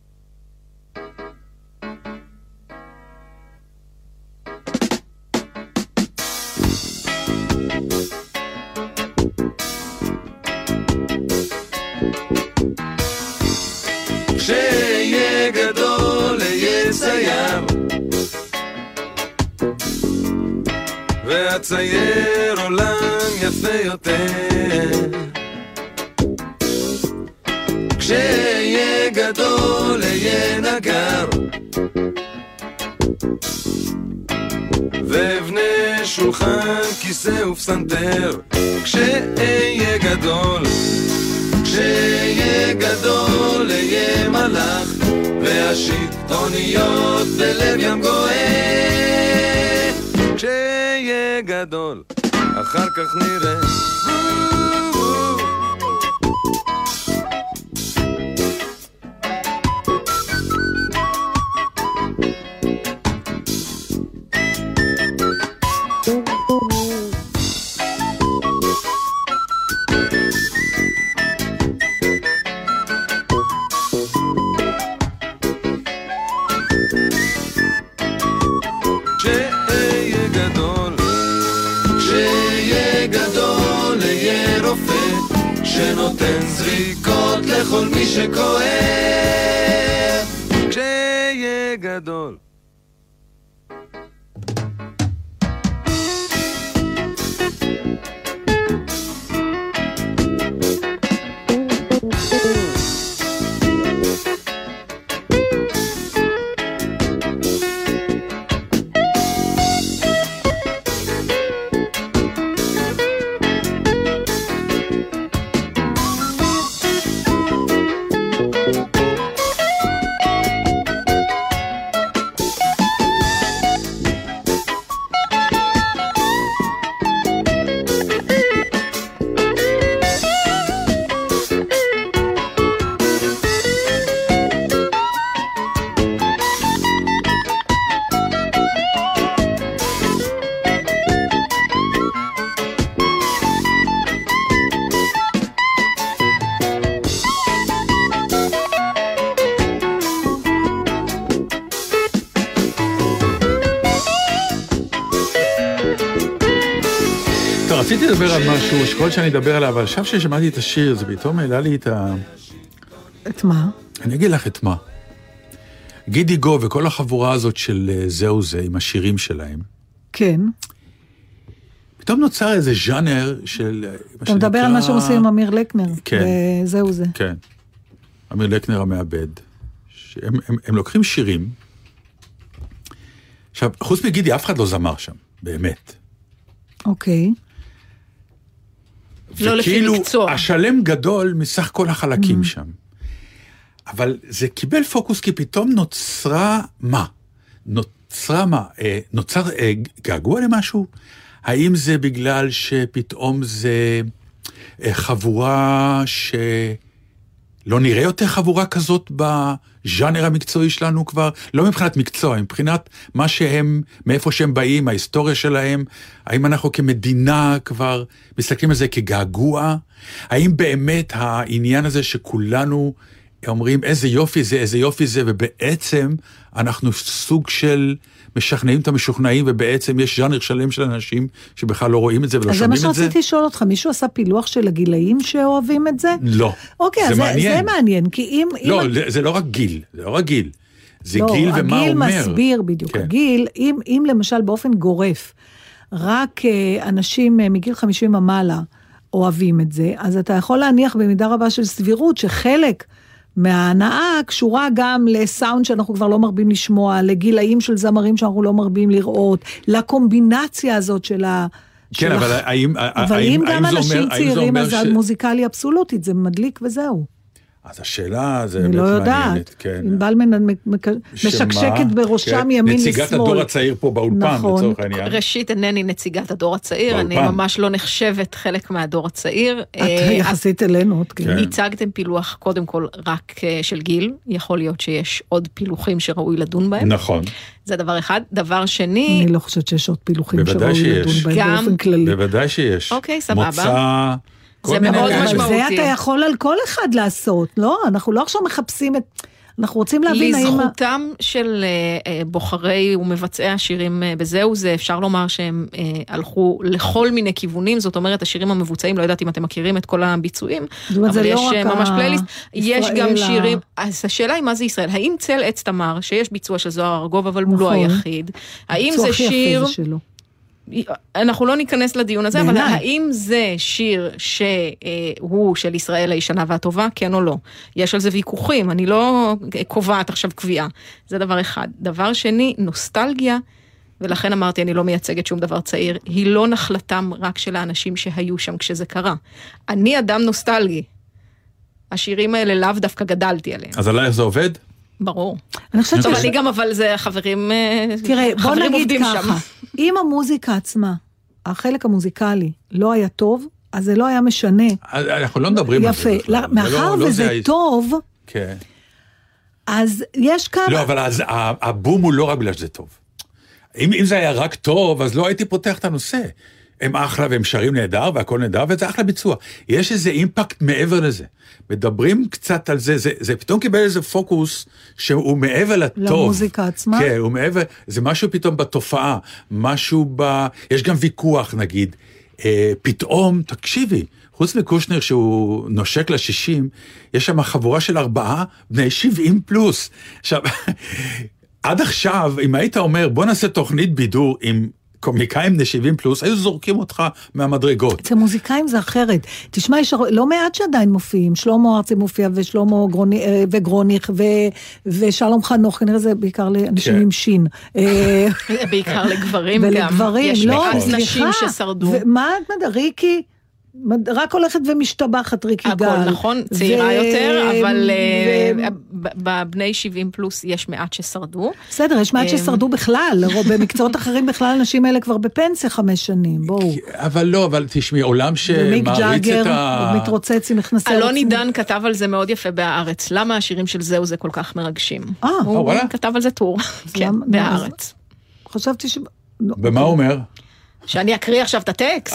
כשיהיה גדול יהיה צייר והצייר עולם יפה יותר כשיהיה גדול יהיה נגר ובני שולחן כיסא ופסנתר כשיהיה גדול כשיהיה גדול יהיה מלאך והשלטוניות בלב ים גואל כשיהיה גדול אחר כך נראה שנותן זריקות לכל מי שכואב כשיהיה גדול רציתי לדבר על משהו, שכל שאני אדבר עליו, אבל עכשיו ששמעתי את השיר, זה פתאום העלה לי את ה... את מה? אני אגיד לך את מה. גידי גו וכל החבורה הזאת של זהו זה, עם השירים שלהם. כן. פתאום נוצר איזה ז'אנר של... אתה מדבר על מה שעושים עם אמיר לקנר. כן. וזהו זה. כן. אמיר לקנר המעבד. הם, הם, הם לוקחים שירים. עכשיו, חוץ מגידי, אף אחד לא זמר שם, באמת. אוקיי. לא לפי מקצוע. וכאילו, השלם גדול מסך כל החלקים שם. אבל זה קיבל פוקוס כי פתאום נוצרה מה? נוצרה מה? אה, נוצר אה, געגוע למשהו? האם זה בגלל שפתאום זה אה, חבורה שלא נראה יותר חבורה כזאת בז'אנר המקצועי שלנו כבר? לא מבחינת מקצוע, מבחינת מה שהם, מאיפה שהם באים, ההיסטוריה שלהם, האם אנחנו כמדינה כבר מסתכלים על זה כגעגוע? האם באמת העניין הזה שכולנו אומרים איזה יופי זה, איזה יופי זה, ובעצם אנחנו סוג של משכנעים את המשוכנעים, ובעצם יש ז'אנר שלם של אנשים שבכלל לא רואים את זה ולא שומעים את זה. אז זה מה שרציתי לשאול אותך, מישהו עשה פילוח של הגילאים שאוהבים את זה? לא. אוקיי, זה אז מעניין. זה מעניין, כי אם... לא, אם... זה לא רק גיל, זה לא רק גיל. זה לא, גיל ומה הוא אומר. הגיל מסביר בדיוק. כן. הגיל, אם, אם למשל באופן גורף, רק אנשים מגיל חמישים ומעלה, אוהבים את זה, אז אתה יכול להניח במידה רבה של סבירות, שחלק מההנאה קשורה גם לסאונד שאנחנו כבר לא מרבים לשמוע, לגילאים של זמרים שאנחנו לא מרבים לראות, לקומבינציה הזאת של ה... כן, אבל האם... אבל אם גם אנשים צעירים, אז המוזיקליה אבסולוטית, זה מדליק וזהו. אז השאלה זה באמת מעניינת. אני לא יודעת, אם בלמן משקשקת בראשם ימין לשמאל. נציגת הדור הצעיר פה באולפן, לצורך העניין. ראשית, אינני נציגת הדור הצעיר, אני ממש לא נחשבת חלק מהדור הצעיר. את יחסית אלינו. הצגתם פילוח קודם כל רק של גיל, יכול להיות שיש עוד פילוחים שראוי לדון בהם. נכון. זה דבר אחד. דבר שני... אני לא חושבת שיש עוד פילוחים שראוי לדון בהם באופן כללי. בוודאי שיש. אוקיי, סבבה. מוצא... זה מאוד משמעותי. אבל זה אתה יכול על כל אחד לעשות, לא? אנחנו לא עכשיו מחפשים את... אנחנו רוצים להבין האם... לזכותם של בוחרי ומבצעי השירים בזהו, זה אפשר לומר שהם הלכו לכל מיני כיוונים, זאת אומרת, השירים המבוצעים, לא יודעת אם אתם מכירים את כל הביצועים, אבל יש ממש פלייליסט, יש גם שירים, אז השאלה היא מה זה ישראל, האם צל עץ תמר, שיש ביצוע של זוהר ארגוב, אבל הוא לא היחיד, האם זה שיר... אנחנו לא ניכנס לדיון הזה, אבל האם זה שיר שהוא של ישראל הישנה והטובה, כן או לא? יש על זה ויכוחים, אני לא קובעת עכשיו קביעה. זה דבר אחד. דבר שני, נוסטלגיה, ולכן אמרתי, אני לא מייצגת שום דבר צעיר, היא לא נחלתם רק של האנשים שהיו שם כשזה קרה. אני אדם נוסטלגי. השירים האלה לאו דווקא גדלתי עליהם. אז עליי זה עובד? ברור. אני חושבת טוב, אני גם, אבל זה חברים, תראה, בוא נגיד ככה, אם המוזיקה עצמה, החלק המוזיקלי, לא היה טוב, אז זה לא היה משנה. אנחנו לא מדברים על זה. יפה, מאחר וזה טוב, אז יש כמה... לא, אבל הבום הוא לא רק בגלל שזה טוב. אם זה היה רק טוב, אז לא הייתי פותח את הנושא. הם אחלה והם שרים נהדר והכל נהדר, וזה אחלה ביצוע. יש איזה אימפקט מעבר לזה. מדברים קצת על זה, זה, זה פתאום קיבל איזה פוקוס שהוא מעבר לטוב. למוזיקה עצמה? כן, הוא מעבר, זה משהו פתאום בתופעה, משהו ב... יש גם ויכוח נגיד, אה, פתאום, תקשיבי, חוץ מקושנר שהוא נושק לשישים, יש שם חבורה של ארבעה בני שבעים פלוס. עכשיו, עד עכשיו, אם היית אומר, בוא נעשה תוכנית בידור עם... קומיקאים בני שבעים פלוס, היו זורקים אותך מהמדרגות. אצל מוזיקאים זה אחרת. תשמע, יש לא מעט שעדיין מופיעים, שלמה ארצי מופיע, ושלמה גרוני, וגרוניך, ו, ושלום חנוך, כנראה זה בעיקר לאנשים עם שין. בעיקר לגברים גם. ולגברים, יש לא, מעט נשים ששרדו. ומה את מדע, ריקי? רק הולכת ומשתבחת ריקי גל. הכל נכון, צעירה יותר, אבל בבני שבעים פלוס יש מעט ששרדו. בסדר, יש מעט ששרדו בכלל, במקצועות אחרים בכלל אנשים האלה כבר בפנסיה חמש שנים, בואו. אבל לא, אבל תשמעי, עולם שמעריץ את ה... מתרוצץ עם נכנסי... אלון עידן כתב על זה מאוד יפה בהארץ, למה השירים של זהו זה כל כך מרגשים? אה, הוא כתב על זה טור, כן, בהארץ. חשבתי ש... ומה הוא אומר? שאני אקריא עכשיו את הטקסט.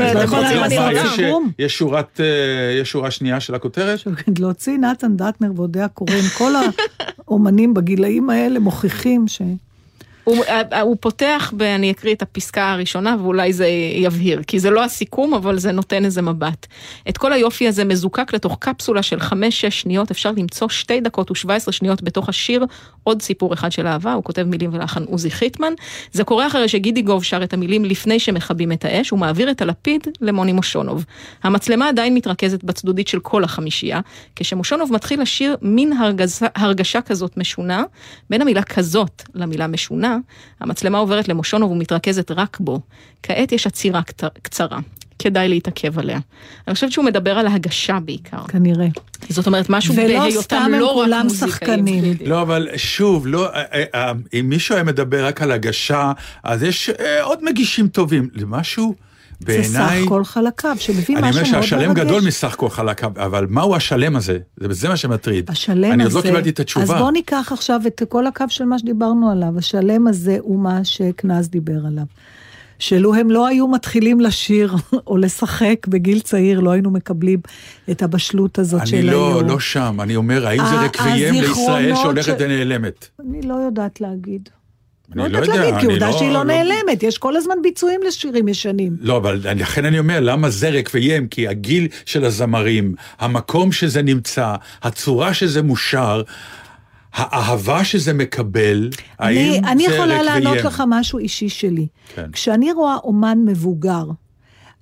יש שורה שנייה של הכותרת? להוציא נתן דטנר ועודיה קורן, כל האומנים בגילאים האלה מוכיחים ש... הוא פותח, ואני אקריא את הפסקה הראשונה, ואולי זה יבהיר, כי זה לא הסיכום, אבל זה נותן איזה מבט. את כל היופי הזה מזוקק לתוך קפסולה של חמש שש שניות, אפשר למצוא שתי דקות ושבע עשרה שניות בתוך השיר, עוד סיפור אחד של אהבה, הוא כותב מילים ולחן עוזי חיטמן. זה קורה אחרי שגידי גוב שר את המילים לפני שמחבים את האש, הוא מעביר את הלפיד למוני מושונוב. המצלמה עדיין מתרכזת בצדודית של כל החמישייה, כשמושונוב מתחיל לשיר מין הרגשה, הרגשה כזאת משונה, בין המילה כזאת למילה משונה, המצלמה עוברת למושונוב ומתרכזת רק בו. כעת יש עצירה קצרה. כדאי להתעכב עליה. אני חושבת שהוא מדבר על ההגשה בעיקר. כנראה. זאת אומרת, משהו בהיותם לא רק מוזיקאים. לא, אבל שוב, לא, אם מישהו היה מדבר רק על הגשה, אז יש עוד מגישים טובים. למשהו... זה סך כל חלקיו, שמביא משהו מאוד מרגש. אני אומר שהשלם גדול מסך כל חלקיו, אבל מהו השלם הזה? זה מה שמטריד. השלם הזה... אני עוד לא קיבלתי את התשובה. אז בוא ניקח עכשיו את כל הקו של מה שדיברנו עליו. השלם הזה הוא מה שכנז דיבר עליו. שלו הם לא היו מתחילים לשיר או לשחק בגיל צעיר, לא היינו מקבלים את הבשלות הזאת של היום. אני לא, לא שם. אני אומר, האם זה רקביים לישראל שהולכת ונעלמת? אני לא יודעת להגיד. לא יודעת להגיד, כי עובדה שהיא לא נעלמת, יש כל הזמן ביצועים לשירים ישנים. לא, אבל לכן אני אומר, למה זה רקביים? כי הגיל של הזמרים, המקום שזה נמצא, הצורה שזה מושר, האהבה שזה מקבל, האם זה רקביים? אני יכולה לענות לך משהו אישי שלי. כשאני רואה אומן מבוגר,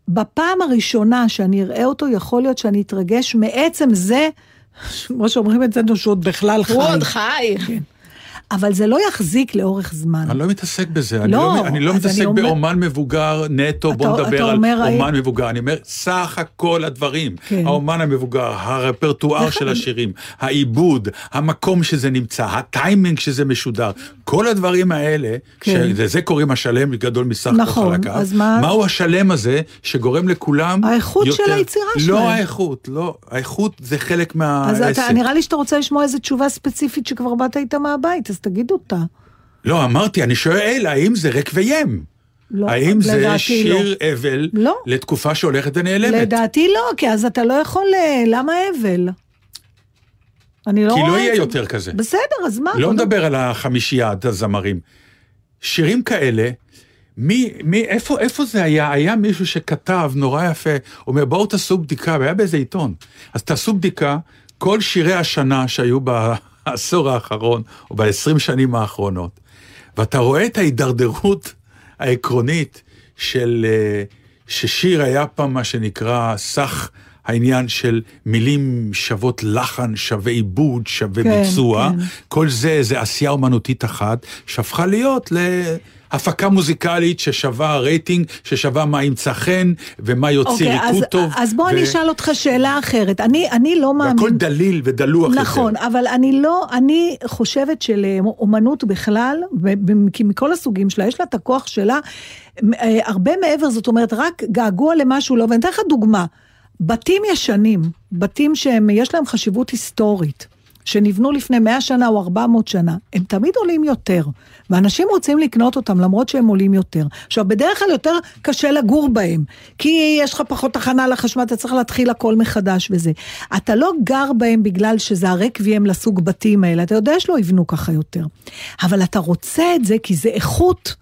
בפעם הראשונה שאני אראה אותו, יכול להיות שאני אתרגש מעצם זה, כמו שאומרים את זה, שעוד בכלל חי. הוא עוד חי. כן. אבל זה לא יחזיק לאורך זמן. אני לא מתעסק בזה, לא, אני לא, אני לא מתעסק אומר... באומן מבוגר נטו, בוא אתה, נדבר אתה על אומר, אומן מבוגר, אני אומר, סך הכל הדברים, כן. האומן המבוגר, הרפרטואר של השירים, העיבוד, המקום שזה נמצא, הטיימינג שזה משודר, כל הדברים האלה, כן. שזה קוראים השלם גדול מסך נכון, כל חלקיו, אז מה... מהו השלם הזה שגורם לכולם האיכות יותר... של היצירה לא שלהם. האיכות, לא, האיכות זה חלק מהעסק. אז אתה, נראה לי שאתה רוצה לשמוע איזו תשובה ספציפית שכבר באת איתה מהבית, אז תגיד אותה. לא, אמרתי, אני שואל, האם זה רקוויאם? לא, האם זה שיר לא. אבל לא. לתקופה שהולכת ונעלמת? לדעתי לא, כי אז אתה לא יכול... למה אבל? אני לא כי רואה לא את יהיה זה. יותר כזה. בסדר, אז מה? לא קודם... מדבר על החמישיית הזמרים. שירים כאלה, מי, מי, איפה, איפה זה היה? היה מישהו שכתב נורא יפה, אומר, בואו תעשו בדיקה, והיה באיזה עיתון. אז תעשו בדיקה, כל שירי השנה שהיו בעשור האחרון, או ב-עשרים שנים האחרונות, ואתה רואה את ההידרדרות העקרונית של, ששיר היה פעם מה שנקרא סך העניין של מילים שוות לחן, שווה עיבוד, שווה כן, ביצוע, כן. כל זה זה עשייה אומנותית אחת, שהפכה להיות להפקה מוזיקלית ששווה רייטינג, ששווה מה ימצא חן, ומה יוציא אוקיי, ריקוד אז, טוב. אז בוא ו... אני אשאל אותך שאלה אחרת. אני, אני לא מאמין... והכל דליל ודלוח יותר. נכון, אבל אני לא, אני חושבת שלאומנות בכלל, כי מכל הסוגים שלה, יש לה את הכוח שלה, הרבה מעבר, זאת אומרת, רק געגוע למשהו לא, ואני אתן לך דוגמה, בתים ישנים, בתים שיש להם חשיבות היסטורית, שנבנו לפני מאה שנה או ארבע מאות שנה, הם תמיד עולים יותר, ואנשים רוצים לקנות אותם למרות שהם עולים יותר. עכשיו, בדרך כלל יותר קשה לגור בהם, כי יש לך פחות תחנה לחשמל, אתה צריך להתחיל הכל מחדש וזה. אתה לא גר בהם בגלל שזה הרקוויאם לסוג בתים האלה, אתה יודע שלא יבנו ככה יותר. אבל אתה רוצה את זה כי זה איכות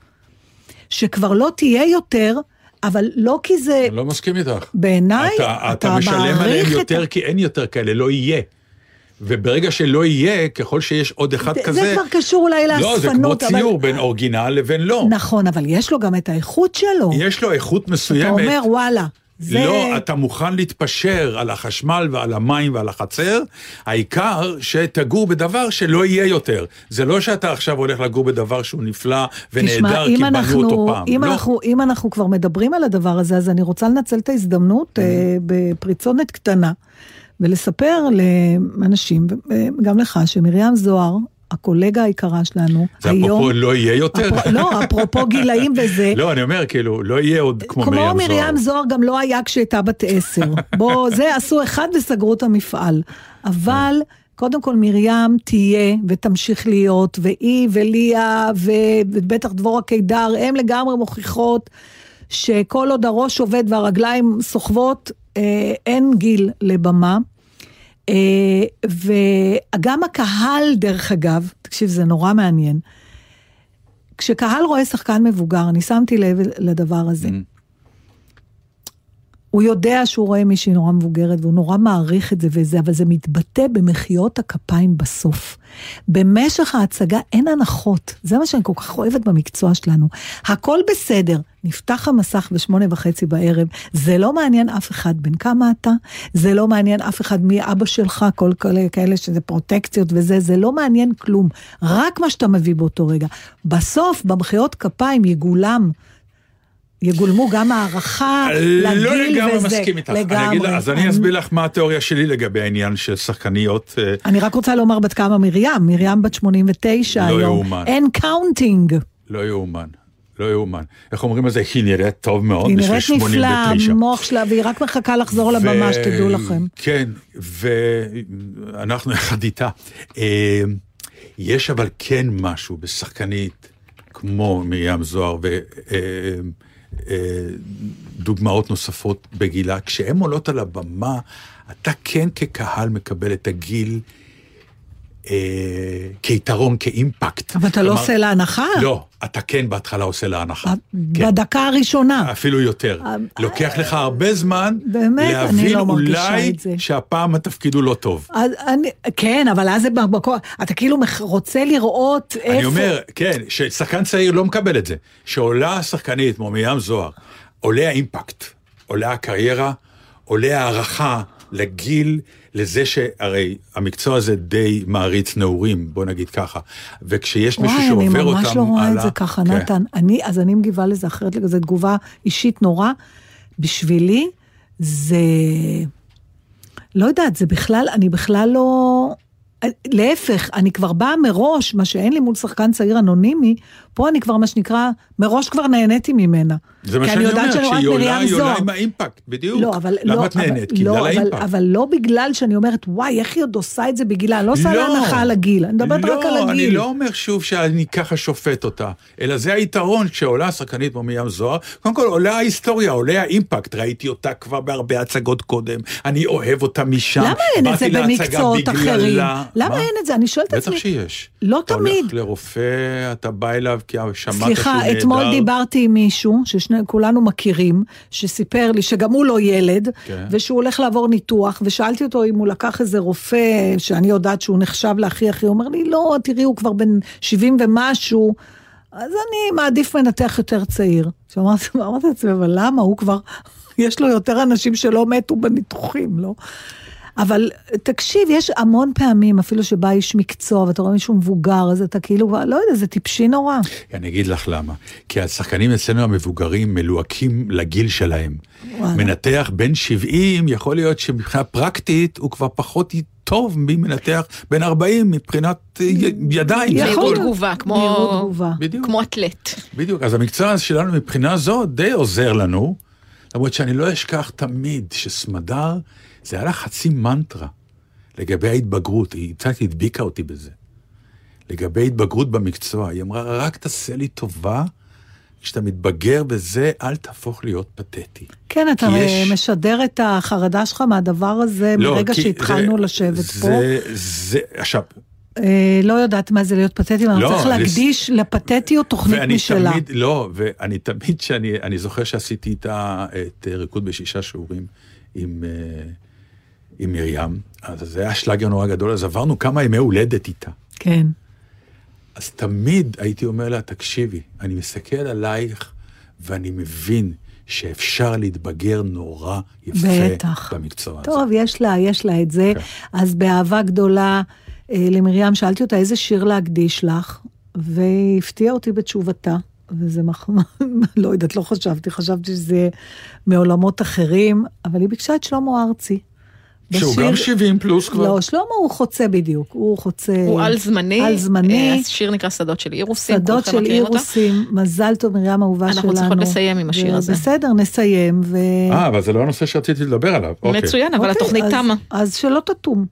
שכבר לא תהיה יותר, אבל לא כי זה... אני לא מסכים איתך. בעיניי, אתה, אתה, אתה משלם עליהם יותר, כי אין יותר כאלה, לא יהיה. וברגע שלא יהיה, ככל שיש עוד אחד זה, כזה... זה כבר קשור אולי לאספנות. לא, זה כמו ציור אבל... בין אורגינל לבין לא. נכון, אבל יש לו גם את האיכות שלו. יש לו איכות מסוימת. אתה אומר, וואלה. זה... לא, אתה מוכן להתפשר על החשמל ועל המים ועל החצר, העיקר שתגור בדבר שלא יהיה יותר. זה לא שאתה עכשיו הולך לגור בדבר שהוא נפלא ונהדר, כי בנו אותו פעם. אם, לא. אנחנו, אם אנחנו כבר מדברים על הדבר הזה, אז אני רוצה לנצל את ההזדמנות mm. אה, בפריצונת קטנה, ולספר לאנשים, גם לך, שמרים זוהר, הקולגה היקרה שלנו, זה היום... אפרופו לא יהיה יותר? אפר... לא, אפרופו גילאים וזה... לא, אני אומר, כאילו, לא יהיה עוד כמו מרים זוהר. כמו מרים זוהר גם לא היה כשהייתה בת עשר. בוא, זה עשו אחד וסגרו את המפעל. אבל... קודם כל מרים תהיה ותמשיך להיות, והיא וליה ובטח דבורה קידר, הם לגמרי מוכיחות שכל עוד הראש עובד והרגליים סוחבות, אין גיל לבמה. וגם הקהל דרך אגב, תקשיב זה נורא מעניין, כשקהל רואה שחקן מבוגר, אני שמתי לב לדבר הזה, הוא יודע שהוא רואה מישהי נורא מבוגרת, והוא נורא מעריך את זה וזה, אבל זה מתבטא במחיאות הכפיים בסוף. במשך ההצגה אין הנחות, זה מה שאני כל כך אוהבת במקצוע שלנו. הכל בסדר, נפתח המסך בשמונה וחצי בערב, זה לא מעניין אף אחד בין כמה אתה, זה לא מעניין אף אחד מי אבא שלך, כל כאלה, כאלה שזה פרוטקציות וזה, זה לא מעניין כלום, רק מה שאתה מביא באותו רגע. בסוף, במחיאות כפיים יגולם, יגולמו גם הערכה לגיל וזה. לא לגמרי מסכים איתך. לגמרי. אז אני אסביר לך מה התיאוריה שלי לגבי העניין של שחקניות. אני רק רוצה לומר בת כמה מרים, מרים בת שמונים ותשע היום. לא יאומן. אין קאונטינג. לא יאומן. לא יאומן. איך אומרים על זה? היא נראית טוב מאוד. היא נראית נפלא, המוח שלה, והיא רק מחכה לחזור לבמה, שתדעו לכם. כן, ואנחנו אחד איתה. יש אבל כן משהו בשחקנית כמו מרים זוהר ו... דוגמאות נוספות בגילה, כשהן עולות על הבמה, אתה כן כקהל מקבל את הגיל אה, כיתרון, כאימפקט. אבל אתה לא עושה להנחה? לא, אתה כן בהתחלה עושה להנחה. בדקה הראשונה. אפילו יותר. לוקח לך הרבה זמן להבין אולי שהפעם התפקיד הוא לא טוב. כן, אבל אז זה במקום, אתה כאילו רוצה לראות איפה... אני אומר, כן, ששחקן צעיר לא מקבל את זה. שעולה השחקנית, כמו מרים זוהר, עולה האימפקט. עולה הקריירה, עולה הערכה לגיל, לזה שהרי המקצוע הזה די מעריץ נעורים, בוא נגיד ככה, וכשיש מישהו שעובר אותם... וואי, אני ממש לא רואה את זה ככה, נתן. אז אני מגיבה לזה אחרת, זו תגובה אישית נורא. בשבילי זה... לא יודעת, זה בכלל, אני בכלל לא... להפך, אני כבר באה מראש, מה שאין לי מול שחקן צעיר אנונימי, פה אני כבר, מה שנקרא, מראש כבר נהניתי ממנה. זה מה שאני אומר, שהיא עולה, היא עולה עם האימפקט, בדיוק. לא, אבל, למה לא, את נהנית? כי לא, אבל, האימפקט. אבל לא בגלל שאני אומרת, וואי, איך היא עוד עושה את זה בגילה? אני לא עושה לה הנחה על הגיל, אני מדברת לא, רק על הגיל. לא, אני לא אומר שוב שאני ככה שופט אותה, אלא זה היתרון, כשעולה השחקנית כמו מרים זוהר, קודם כל עולה ההיסטוריה, עולה האימפקט, ראיתי אותה כבר בהרבה הצגות קודם, אני אוהב אותה משם. למה אין את זה במקצועות אחרים? למה אין את זה? אני שואלת בטח שיש. לא תמיד. אתה הולך לרופא, אתה בא אליו, כי שמעת שהוא נהדר. סליחה, אתמול דיברתי עם מישהו, שכולנו מכירים, שסיפר לי שגם הוא לא ילד, כן. ושהוא הולך לעבור ניתוח, ושאלתי אותו אם הוא לקח איזה רופא, שאני יודעת שהוא נחשב להכי הכי, הוא אומר לי, לא, תראי, הוא כבר בן שבעים ומשהו, אז אני מעדיף מנתח יותר צעיר. שאמרתי, אמרתי לעצמי, אבל למה? הוא כבר, יש לו יותר אנשים שלא מתו בניתוחים, לא? אבל תקשיב, יש המון פעמים, אפילו שבא איש מקצוע, ואתה רואה מישהו מבוגר, אז אתה כאילו, לא יודע, זה טיפשי נורא. אני אגיד לך למה. כי השחקנים אצלנו המבוגרים מלוהקים לגיל שלהם. וואלה. מנתח בין שבעים, יכול להיות שמבחינה פרקטית, הוא כבר פחות טוב ממנתח בין ארבעים, מבחינת ידיים. מהירות תגובה, כמו, כמו אתלט. בדיוק, אז המקצוע שלנו מבחינה זו די עוזר לנו, למרות שאני לא אשכח תמיד שסמדר, זה היה לה חצי מנטרה לגבי ההתבגרות, היא קצת הדביקה אותי בזה. לגבי התבגרות במקצוע, היא אמרה, רק תעשה לי טובה, כשאתה מתבגר בזה, אל תהפוך להיות פתטי. כן, אתה יש... משדר את החרדה שלך מהדבר הזה, לא, מרגע שהתחלנו זה, לשבת זה, פה. זה, זה, עכשיו... אה, לא יודעת מה זה להיות פתטי, אבל לא, צריך להקדיש לס... לפתטיות תוכנית ואני משלה. תמיד, לא, ואני תמיד שאני, אני זוכר שעשיתי איתה את ריקוד בשישה שיעורים עם... עם מרים, אז זה היה שלגר נורא גדול, אז עברנו כמה ימי הולדת איתה. כן. אז תמיד הייתי אומר לה, תקשיבי, אני מסתכל עלייך, ואני מבין שאפשר להתבגר נורא יפה בטח. במקצוע הזה. טוב, יש לה, יש לה את זה. כן. אז באהבה גדולה אה, למרים, שאלתי אותה איזה שיר להקדיש לך, והפתיע אותי בתשובתה, וזה מחמא, לא יודעת, לא חשבתי, חשבתי שזה מעולמות אחרים, אבל היא ביקשה את שלמה ארצי. שהוא גם שבעים פלוס כבר. לא, שלמה הוא חוצה בדיוק, הוא חוצה... הוא על זמני. על זמני. שיר נקרא שדות של אירוסים. שדות של אירוסים, מזל טוב מרים אהובה שלנו. אנחנו צריכות לסיים עם השיר הזה. בסדר, נסיים. אה, אבל זה לא הנושא שרציתי לדבר עליו. מצוין, אבל התוכנית תמה. אז שלא תתום.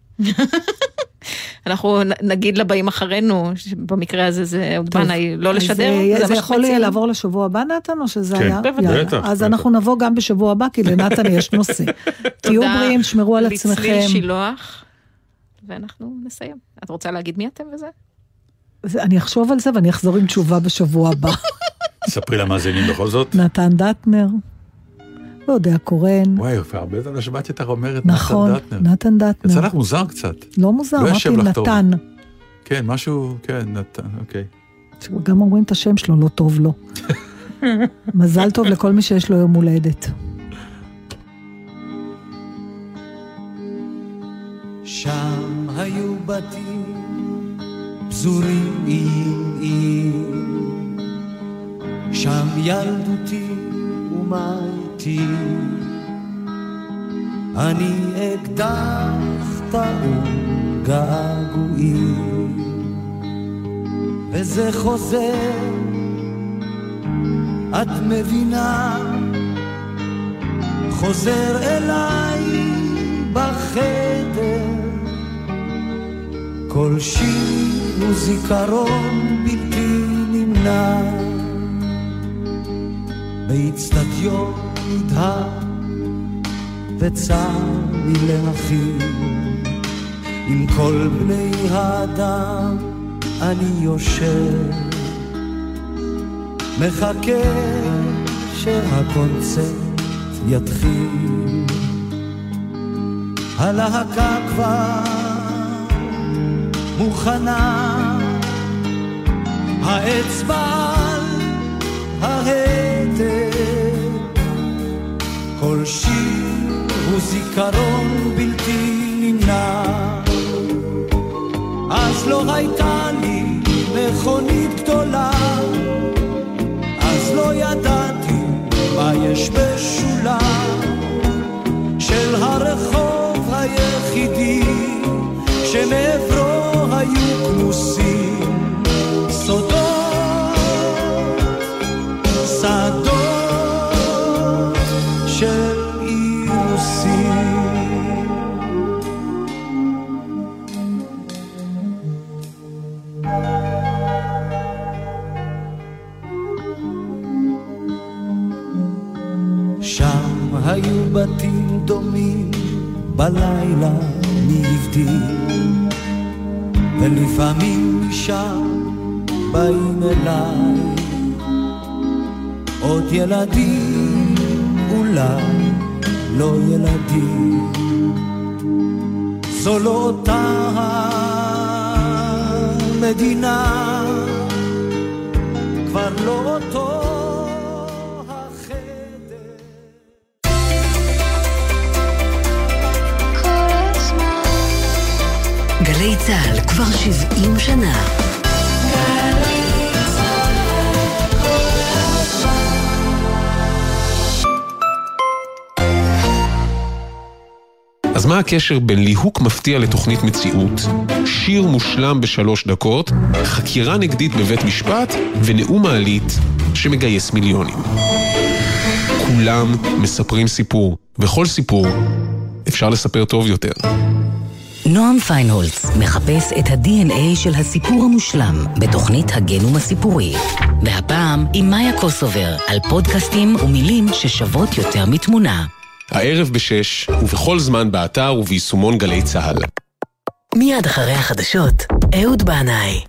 אנחנו נגיד לבאים אחרינו, במקרה הזה זה עוד בנה, לא לשדר. זה יכול לעבור לשבוע הבא, נתן, או שזה היה? כן, בטח. אז אנחנו נבוא גם בשבוע הבא, כי לנתן יש נושא. תהיו בריאים, שמרו על עצמכם. לצליל שילוח, ואנחנו נסיים. את רוצה להגיד מי אתם וזה? אני אחשוב על זה, ואני אחזור עם תשובה בשבוע הבא. ספרי למאזינים בכל זאת. נתן דטנר. אודיה קורן. וואי, הרבה זמן שמעתי אותך אומרת נכון, נתן דטנר. נתן דטנר. יצא לך מוזר קצת. לא מוזר, אמרתי נתן. כן, משהו, כן, נתן, אוקיי. גם אומרים את השם שלו, לא טוב לו. מזל טוב לכל מי שיש לו יום הולדת. שם היו בתים פזורים איים איים, שם ילדותי ומה איתי, אני אקדח טעון געגועים, וזה חוזר, את מבינה, חוזר אליי בחדר, כל שיר הוא זיכרון בלתי נמנע, באצטדיון נדהר וצר לי להכיר, עם כל בני האדם אני יושב, מחכה שהקונצרט יתחיל, הלהקה כבר מוכנה, האצבע על ההדק, כל כל שיר הוא זיכרון בלתי נמנע. אז לא הייתה לי מכונית גדולה, אז לא ידעתי מה יש בשולה של הרחוב היחידי שמעברו היו כמוסים סודות, שדות של אירוסים. שם היו בתים דומים בלילה נבדים, ולפעמים משם באים אליי עוד ילדים, אולי לא ילדים. זו לא אותה המדינה, כבר לא אותו גלי צהל כבר שבעים שנה. אז מה הקשר בין ליהוק מפתיע לתוכנית מציאות, שיר מושלם בשלוש דקות, חקירה נגדית בבית משפט ונאום מעלית שמגייס מיליונים? כולם מספרים סיפור, וכל סיפור אפשר לספר טוב יותר. נועם פיינהולץ מחפש את ה-די אן איי של הסיפור המושלם בתוכנית הגנום הסיפורי. והפעם עם מאיה קוסובר על פודקאסטים ומילים ששוות יותר מתמונה. הערב בשש ובכל זמן באתר וביישומון גלי צהל. מיד אחרי החדשות, אהוד בנאי.